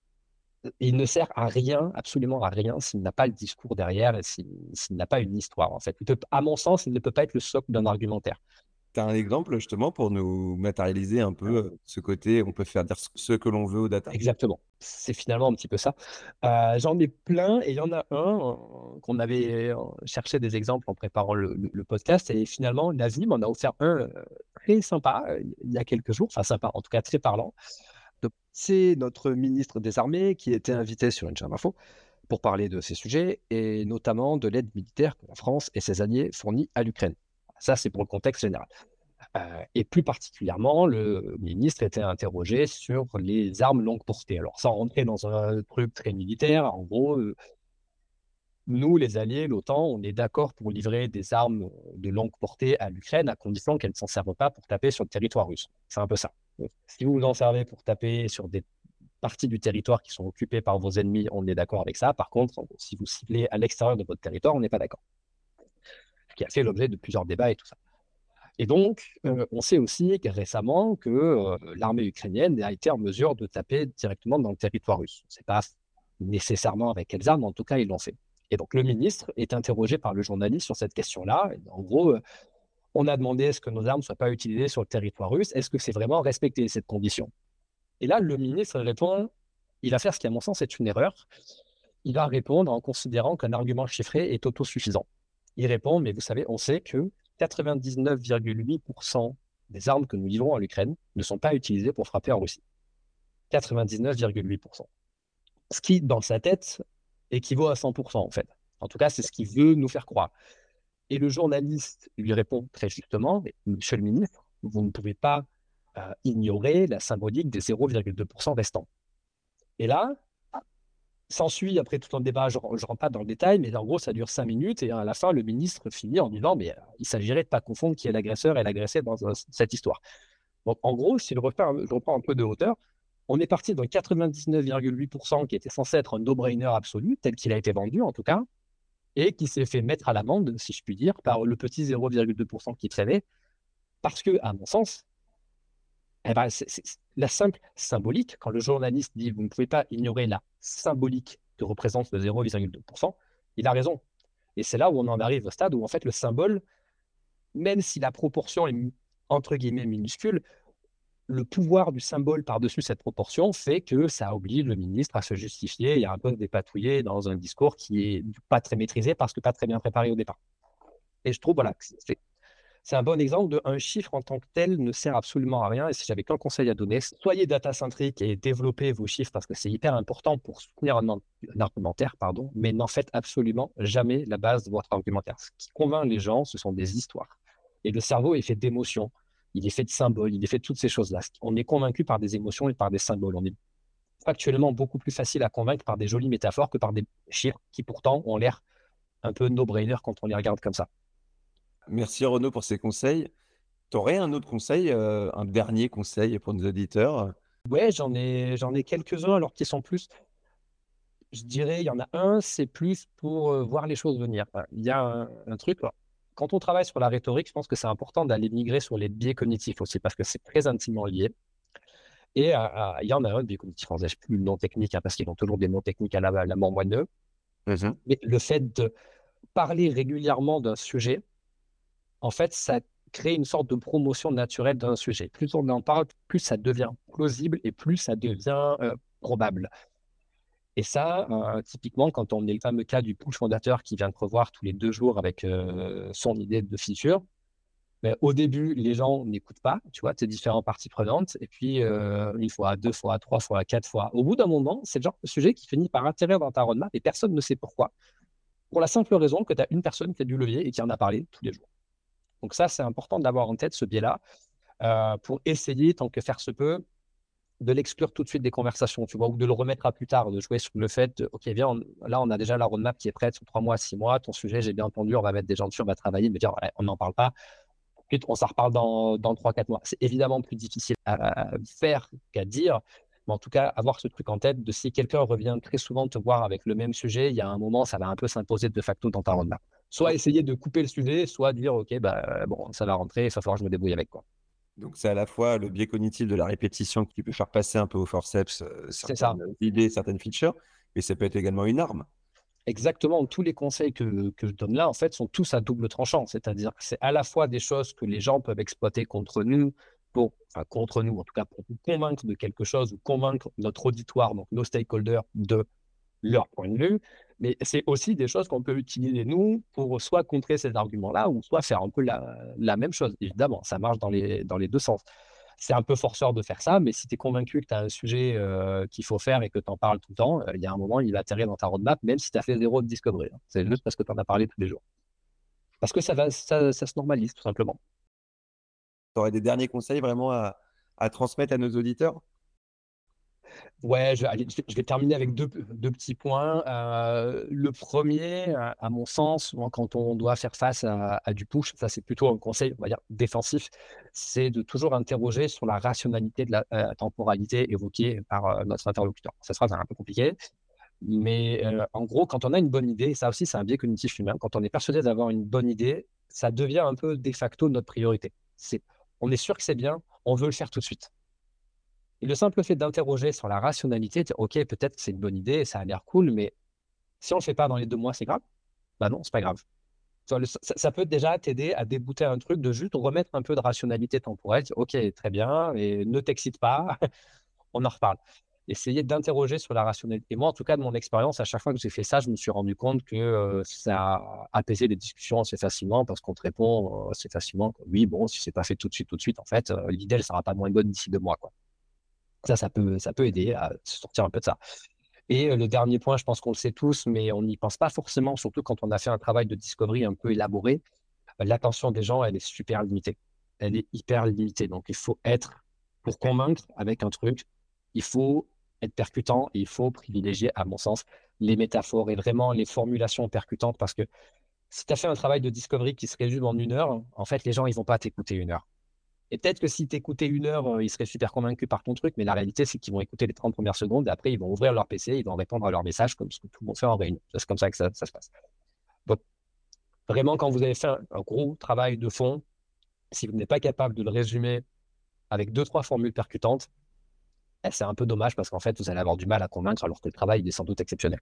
Il ne sert à rien, absolument à rien, s'il n'a pas le discours derrière et s'il, s'il n'a pas une histoire, en fait. Il peut- à mon sens, il ne peut pas être le socle d'un argumentaire. Tu as un exemple justement pour nous matérialiser un peu euh, ce côté, on peut faire dire ce ce que l'on veut aux data? Exactement. C'est finalement un petit peu ça. Euh, j'en ai plein et il y en a un euh, qu'on avait euh, cherché des exemples en préparant le, le- le podcast et finalement, Nazim m'en a offert un euh, très sympa euh, il y a quelques jours, enfin sympa, en tout cas très parlant. Donc, c'est notre ministre des Armées qui était invité sur une chaîne info pour parler de ces sujets et notamment de l'aide militaire que la France et ses alliés fournissent à l'Ukraine. Ça, c'est pour le contexte général. Euh, et plus particulièrement, le ministre était interrogé sur les armes longue portée. Alors, sans rentrer dans un truc très militaire, en gros, euh, nous, les alliés, l'OTAN, on est d'accord pour livrer des armes de longue portée à l'Ukraine à condition qu'elles ne s'en servent pas pour taper sur le territoire russe. C'est un peu ça. Donc, si vous vous en servez pour taper sur des parties du territoire qui sont occupées par vos ennemis, on est d'accord avec ça. Par contre, si vous ciblez à l'extérieur de votre territoire, on n'est pas d'accord. Ce qui a fait l'objet de plusieurs débats et tout ça. Et donc, euh, on sait aussi que récemment que euh, l'armée ukrainienne a été en mesure de taper directement dans le territoire russe. Ce n'est pas nécessairement avec quelles armes, en tout cas, ils l'ont fait. Et donc, le ministre est interrogé par le journaliste sur cette question-là. Et en gros, euh, on a demandé est-ce que nos armes ne soient pas utilisées sur le territoire russe. Est-ce que c'est vraiment respecté cette condition? Et là, le ministre répond, il va faire ce qui, à mon sens, est une erreur. Il va répondre en considérant qu'un argument chiffré est autosuffisant. Il répond, mais vous savez, on sait que quatre-vingt-dix-neuf virgule huit pour cent des armes que nous livrons à l'Ukraine ne sont pas utilisées pour frapper en Russie. quatre-vingt-dix-neuf virgule huit pour cent. Ce qui, dans sa tête, équivaut à cent pour cent, en fait. En tout cas, c'est ce qu'il veut nous faire croire. Et le journaliste lui répond très justement, mais, monsieur le ministre, vous ne pouvez pas euh, ignorer la symbolique des zéro virgule deux pour cent restants. Et là, s'ensuit, après tout un débat, je ne rentre pas dans le détail, mais en gros, ça dure cinq minutes et à la fin, le ministre finit en disant, mais euh, il s'agirait de ne pas confondre qui est l'agresseur et l'agressé dans euh, cette histoire. Donc, en gros, si je reprends, je reprends un peu de hauteur, on est parti d'un quatre-vingt-dix-neuf virgule huit pour cent qui était censé être un no-brainer absolu, tel qu'il a été vendu en tout cas, et qui s'est fait mettre à l'amende, si je puis dire, par le petit zéro virgule deux pour cent qui traînait, parce que, à mon sens, eh ben, c'est, c'est, la simple symbolique, quand le journaliste dit vous ne pouvez pas ignorer la symbolique que représente le zéro virgule deux pour cent, il a raison. Et c'est là où on en arrive au stade où en fait le symbole, même si la proportion est entre guillemets minuscule, le pouvoir du symbole par-dessus cette proportion fait que ça oblige le ministre à se justifier et à un peu dépatouiller dans un discours qui est pas très maîtrisé parce que pas très bien préparé au départ. Et je trouve voilà, que c'est c'est un bon exemple de un chiffre en tant que tel ne sert absolument à rien. Et si j'avais qu'un conseil à donner, soyez data-centrique et développez vos chiffres parce que c'est hyper important pour soutenir un, un argumentaire, pardon, mais n'en faites absolument jamais la base de votre argumentaire. Ce qui convainc les gens, ce sont des histoires. Et le cerveau est fait d'émotions, il est fait de symboles, il est fait de toutes ces choses-là. On est convaincu par des émotions et par des symboles. On est factuellement beaucoup plus facile à convaincre par des jolies métaphores que par des chiffres qui pourtant ont l'air un peu no-brainer quand on les regarde comme ça. Merci Renaud pour ces conseils. Tu aurais un autre conseil, euh, un dernier conseil pour nos auditeurs? Ouais, j'en ai, j'en ai quelques-uns, alors qui sont plus, je dirais, il y en a un, c'est plus pour euh, voir les choses venir. Enfin, il y a un, un truc, alors, quand on travaille sur la rhétorique, je pense que c'est important d'aller migrer sur les biais cognitifs aussi, parce que c'est très intimement lié. Et euh, euh, il y en a un, de biais cognitif, je ne sais plus le nom technique, hein, parce qu'ils ont toujours des noms techniques à la, à la mort moineux, Mhm. mais le fait de parler régulièrement d'un sujet, en fait, ça crée une sorte de promotion naturelle d'un sujet. Plus on en parle, plus ça devient plausible et plus ça devient euh, probable. Et ça, euh, typiquement, quand on est le fameux cas du push fondateur qui vient de revoir tous les deux jours avec euh, son idée de feature, mais au début, les gens n'écoutent pas, tu vois, tes différentes parties prenantes. Et puis, euh, une fois, deux fois, trois fois, quatre fois. Au bout d'un moment, c'est le genre de sujet qui finit par atterrir dans ta roadmap et personne ne sait pourquoi. Pour la simple raison que tu as une personne qui a du levier et qui en a parlé tous les jours. Donc ça, c'est important d'avoir en tête ce biais-là euh, pour essayer, tant que faire se peut, de l'exclure tout de suite des conversations, tu vois, ou de le remettre à plus tard, de jouer sur le fait de, OK, bien, on- là, on a déjà la roadmap qui est prête sur trois mois, six mois, ton sujet, j'ai bien entendu, on va mettre des gens dessus, on va travailler, mais dire, ouais, on n'en parle pas, pour Ensuite, on s'en reparle dans, dans trois quatre mois. C'est évidemment plus difficile à, à faire qu'à dire, mais en tout cas, avoir ce truc en tête de si quelqu'un revient très souvent te voir avec le même sujet, il y a un moment, ça va un peu s'imposer de facto dans ta roadmap. Soit essayer de couper le sujet, soit dire, OK, bah, bon, ça va rentrer, il va falloir que je me débrouille avec, quoi. Donc, c'est à la fois le biais cognitif de la répétition qui peut faire passer un peu au forceps euh, C'est ça. certaines idées, certaines features, mais ça peut être également une arme. Exactement, tous les conseils que, que je donne là, en fait, sont tous à double tranchant. C'est-à-dire que c'est à la fois des choses que les gens peuvent exploiter contre nous, pour, enfin, contre nous, en tout cas, pour nous convaincre de quelque chose ou convaincre notre auditoire, donc nos stakeholders, de leur point de vue. Mais c'est aussi des choses qu'on peut utiliser, nous, pour soit contrer ces arguments-là, ou soit faire un peu la, la même chose. Évidemment, ça marche dans les, dans les deux sens. C'est un peu forceur de faire ça, mais si tu es convaincu que tu as un sujet euh, qu'il faut faire et que tu en parles tout le temps, euh, il y a un moment, il va atterrir dans ta roadmap, même si tu as fait zéro de discovery, hein. C'est juste parce que tu en as parlé tous les jours. Parce que ça, va, ça, ça se normalise, tout simplement. Tu aurais des derniers conseils vraiment à, à transmettre à nos auditeurs? Ouais, je, allez, je, vais, je vais terminer avec deux, deux petits points. Euh, le premier, à, à mon sens, moi, quand on doit faire face à, à du push, ça c'est plutôt un conseil, on va dire, défensif, c'est de toujours interroger sur la rationalité de la euh, temporalité évoquée par euh, notre interlocuteur. Ça sera un peu compliqué, mais euh, en gros, quand on a une bonne idée, ça aussi c'est un biais cognitif humain, quand on est persuadé d'avoir une bonne idée, ça devient un peu de facto notre priorité. C'est, on est sûr que c'est bien, on veut le faire tout de suite. Et le simple fait d'interroger sur la rationalité, de dire, OK, peut-être que c'est une bonne idée, ça a l'air cool, mais si on ne le fait pas dans les deux mois, c'est grave? Bah non, c'est pas grave. Ça, le- ça- ça peut déjà t'aider à débouter un truc, de juste remettre un peu de rationalité temporelle. Dire, OK, très bien, et ne t'excite pas, on en reparle. Essayer d'interroger sur la rationalité. Et moi, en tout cas, de mon expérience, à chaque fois que j'ai fait ça, je me suis rendu compte que euh, ça a apaisé les discussions assez facilement parce qu'on te répond euh, assez facilement que oui, bon, si c'est pas fait tout de suite, tout de suite, en fait, euh, l'idée, elle sera pas moins bonne d'ici deux mois, quoi. Ça, ça peut, ça peut aider à se sortir un peu de ça. Et euh, le dernier point, je pense qu'on le sait tous, mais on n'y pense pas forcément, surtout quand on a fait un travail de discovery un peu élaboré. Euh, L'attention des gens, elle est super limitée. Elle est hyper limitée. Donc, il faut être, pour convaincre avec un truc, il faut être percutant et il faut privilégier, à mon sens, les métaphores et vraiment les formulations percutantes parce que si tu as fait un travail de discovery qui se résume en une heure, en fait, les gens, ils vont pas t'écouter une heure. Et peut-être que si tu écoutais une heure, euh, ils seraient super convaincus par ton truc, mais la réalité, c'est qu'ils vont écouter les trente premières secondes et après, ils vont ouvrir leur P C, ils vont répondre à leurs messages comme ce que tout le monde fait en réunion. C'est comme ça que ça, ça se passe. Donc, vraiment, quand vous avez fait un, un gros travail de fond, si vous n'êtes pas capable de le résumer avec deux, trois formules percutantes, eh, c'est un peu dommage parce qu'en fait, vous allez avoir du mal à convaincre alors que le travail il est sans doute exceptionnel.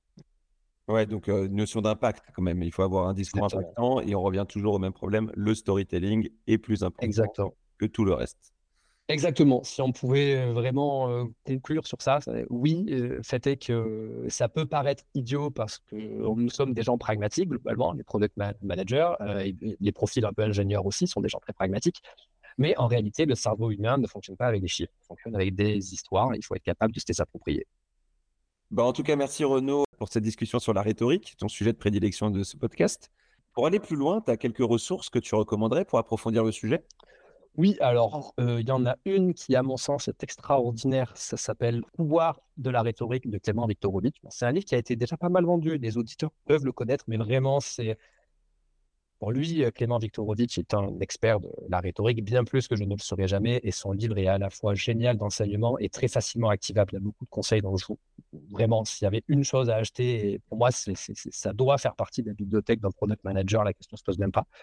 Ouais, donc euh, une notion d'impact quand même. Il faut avoir un discours Exactement. impactant et on revient toujours au même problème. Le storytelling est plus important Exactement. que tout le reste. Exactement. Si on pouvait euh, vraiment euh, conclure sur ça, ça- oui, euh, fait est que ça peut paraître idiot parce que nous sommes des gens pragmatiques, globalement, les product ma- managers, euh, et les profils un peu ingénieurs aussi sont des gens très pragmatiques. Mais en réalité, le cerveau humain ne fonctionne pas avec des chiffres, il fonctionne avec des histoires. Il faut être capable de se les approprier. Bah, en tout cas, merci Renaud pour cette discussion sur la rhétorique, ton sujet de prédilection de ce podcast. Pour aller plus loin, tu as quelques ressources que tu recommanderais pour approfondir le sujet? Oui, alors, euh, il y en a une qui, à mon sens, est extraordinaire. Ça s'appelle Pouvoir de la rhétorique de Clément Viktorovitch. Bon, c'est un livre qui a été déjà pas mal vendu. Les auditeurs peuvent le connaître, mais vraiment, c'est pour lui, euh, Clément Viktorovitch est un expert de la rhétorique, bien plus que je ne le serai jamais. Et son livre est à la fois génial d'enseignement et très facilement activable. Il y a beaucoup de conseils. Donc, je vous- vraiment, s'il y avait une chose à acheter, et pour moi, c'est, c'est- c'est- ça doit faire partie de la bibliothèque d'un product manager. La question ne se pose même pas.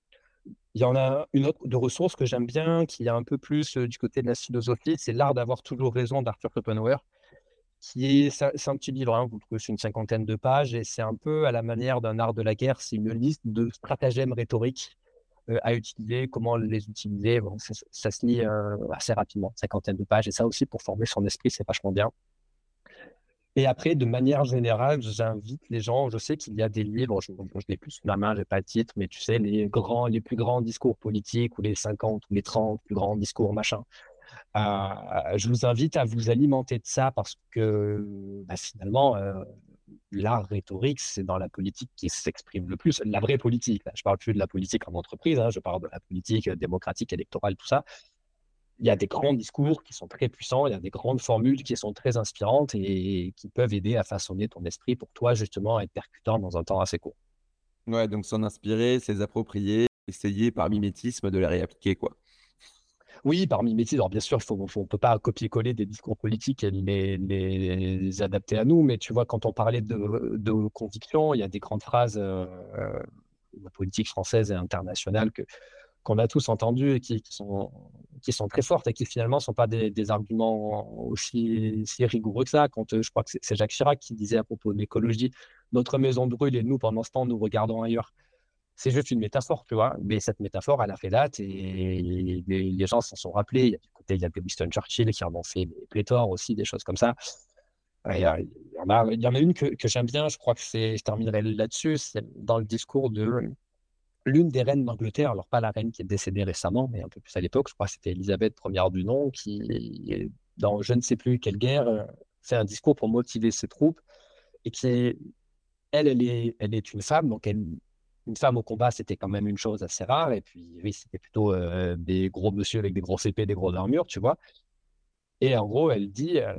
Il y en a une autre de ressource que j'aime bien, qui est un peu plus euh, du côté de la philosophie, c'est L'art d'avoir toujours raison d'Arthur Schopenhauer, qui est, c'est un c'est un petit livre, hein, vous le trouvez sur une cinquantaine de pages, et c'est un peu à la manière d'un art de la guerre, c'est une liste de stratagèmes rhétoriques euh, à utiliser, comment les utiliser. Bon, ça, ça se lit euh, assez rapidement, cinquantaine de pages, et ça aussi, pour former son esprit, c'est vachement bien. Et après, de manière générale, j'invite les gens, je sais qu'il y a des livres, je, je l'ai plus sous la main, j'ai pas le titre, mais tu sais, les grands, les plus grands discours politiques, ou les cinquante ou les trente plus grands discours, machin. Euh, je vous invite à vous alimenter de ça parce que bah, finalement, euh, l'art rhétorique, c'est dans la politique qui s'exprime le plus. La vraie politique, là, je parle plus de la politique en entreprise, hein, je parle de la politique démocratique, électorale, tout ça. Il y a des grands discours qui sont très puissants, il y a des grandes formules qui sont très inspirantes et qui peuvent aider à façonner ton esprit pour toi, justement, être percutant dans un temps assez court. Ouais, donc s'en inspirer, c'est s'approprier. essayer par mimétisme de les réappliquer, quoi. Oui, par mimétisme. Alors bien sûr, il faut, faut- on peut pas copier-coller des discours politiques et les, les adapter à nous, mais tu vois, quand on parlait de, de conviction, il y a des grandes phrases euh, euh, de la politique française et internationale que qu'on a tous entendues et qui, qui sont, qui sont très fortes et qui finalement ne sont pas des, des arguments aussi, si rigoureux que ça. Quand, euh, je crois que c'est c'est Jacques Chirac qui disait à propos de l'écologie, notre maison brûle et nous, pendant ce temps, nous regardons ailleurs. C'est juste une métaphore, tu vois. Mais cette métaphore, elle a fait date et les, les gens s'en sont rappelés. Il y a, du côté, il y a des Winston Churchill qui en ont fait des pléthores aussi, des choses comme ça. Il y, a, il y en a, il y en a une que, que j'aime bien, je crois que c'est, je terminerai là-dessus, c'est dans le discours de l'une des reines d'Angleterre, alors pas la reine qui est décédée récemment, mais un peu plus à l'époque, je crois que c'était Élisabeth première du nom, qui, dans je ne sais plus quelle guerre, euh, fait un discours pour motiver ses troupes et qui est elle, elle est, elle est une femme, donc elle, une femme au combat, c'était quand même une chose assez rare. Et puis, oui, c'était plutôt euh, des gros monsieur avec des grosses épées, des grosses armures, tu vois. Et en gros, elle dit euh,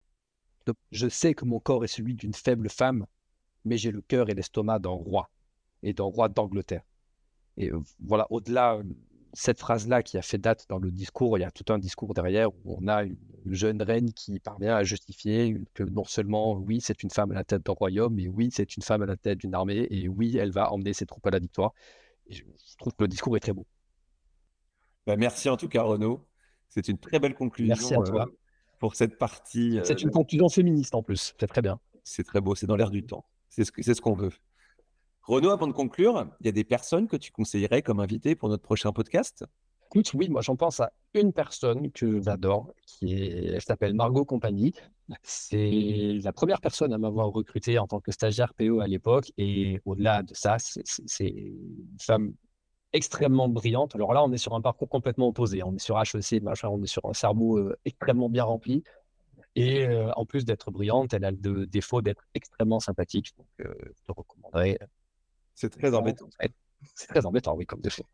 je sais que mon corps est celui d'une faible femme, mais j'ai le cœur et l'estomac d'un roi, et d'un roi d'Angleterre. Et euh, voilà, au-delà, euh, cette phrase-là qui a fait date dans le discours, il y a tout un discours derrière où on a une jeune reine qui parvient à justifier que non seulement, oui, c'est une femme à la tête d'un royaume, mais oui, c'est une femme à la tête d'une armée, et oui, elle va emmener ses troupes à la victoire. Et je, je trouve que le discours est très beau. Bah, merci en tout cas, Renaud. C'est une très belle Merci à conclusion toi. euh, pour cette partie. C'est euh, une conclusion féministe en plus, c'est très bien. c'est très beau, c'est dans l'air du temps. C'est ce que- c'est ce qu'on veut. Renaud, avant de conclure, il y a des personnes que tu conseillerais comme invité pour notre prochain podcast? Écoute, oui, moi j'en pense à une personne que j'adore, qui est, elle s'appelle Margot Compagnie. C'est la première personne à m'avoir recruté en tant que stagiaire P O à l'époque. Et au-delà de ça, c'est c'est- c'est une femme extrêmement brillante. Alors là, on est sur un parcours complètement opposé. On est sur H E C, machin, on est sur un cerveau euh, extrêmement bien rempli. Et euh, en plus d'être brillante, elle a le défaut d'être extrêmement sympathique. Donc, euh, je te recommanderais. C'est très embêtant. C'est très embêtant, oui, comme défaut.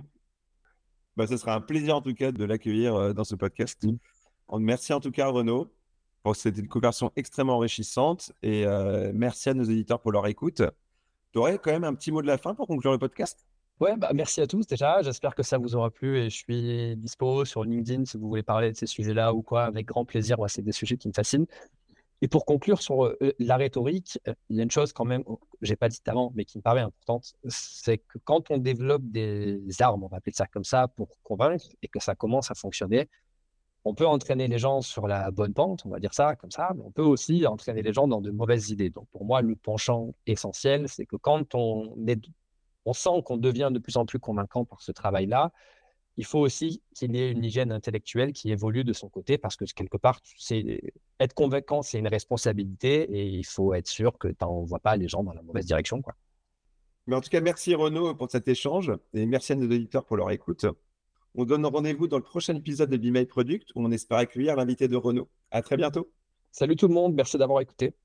Bah, ce sera un plaisir en tout cas de l'accueillir euh, dans ce podcast. En- Merci en tout cas, Renaud, pour cette conversation extrêmement enrichissante et euh, merci à nos éditeurs pour leur écoute. Tu aurais quand même un petit mot de la fin pour conclure le podcast? Ouais, bah, merci à tous déjà. J'espère que ça vous aura plu et je suis dispo sur LinkedIn si vous voulez parler de ces sujets-là ou quoi, avec grand plaisir. Moi, c'est des sujets qui me fascinent. Et pour conclure sur euh, la rhétorique, euh, il y a une chose quand même que j'ai pas dit avant, mais qui me paraît importante, c'est que quand on développe des armes, on va appeler ça comme ça, pour convaincre et que ça commence à fonctionner, on peut entraîner les gens sur la bonne pente, on va dire ça comme ça, mais on peut aussi entraîner les gens dans de mauvaises idées. Donc pour moi, le penchant essentiel, c'est que quand on est on sent qu'on devient de plus en plus convaincant par ce travail-là. Il faut aussi qu'il y ait une hygiène intellectuelle qui évolue de son côté parce que quelque part, c'est, être convaincant, c'est une responsabilité et il faut être sûr que tu n'envoies pas les gens dans la mauvaise direction, quoi. Mais en tout cas, merci Renaud pour cet échange et merci à nos auditeurs pour leur écoute. On donne rendez-vous dans le prochain épisode de Be My Product où on espère accueillir l'invité de Renaud. À très bientôt. Salut tout le monde, merci d'avoir écouté.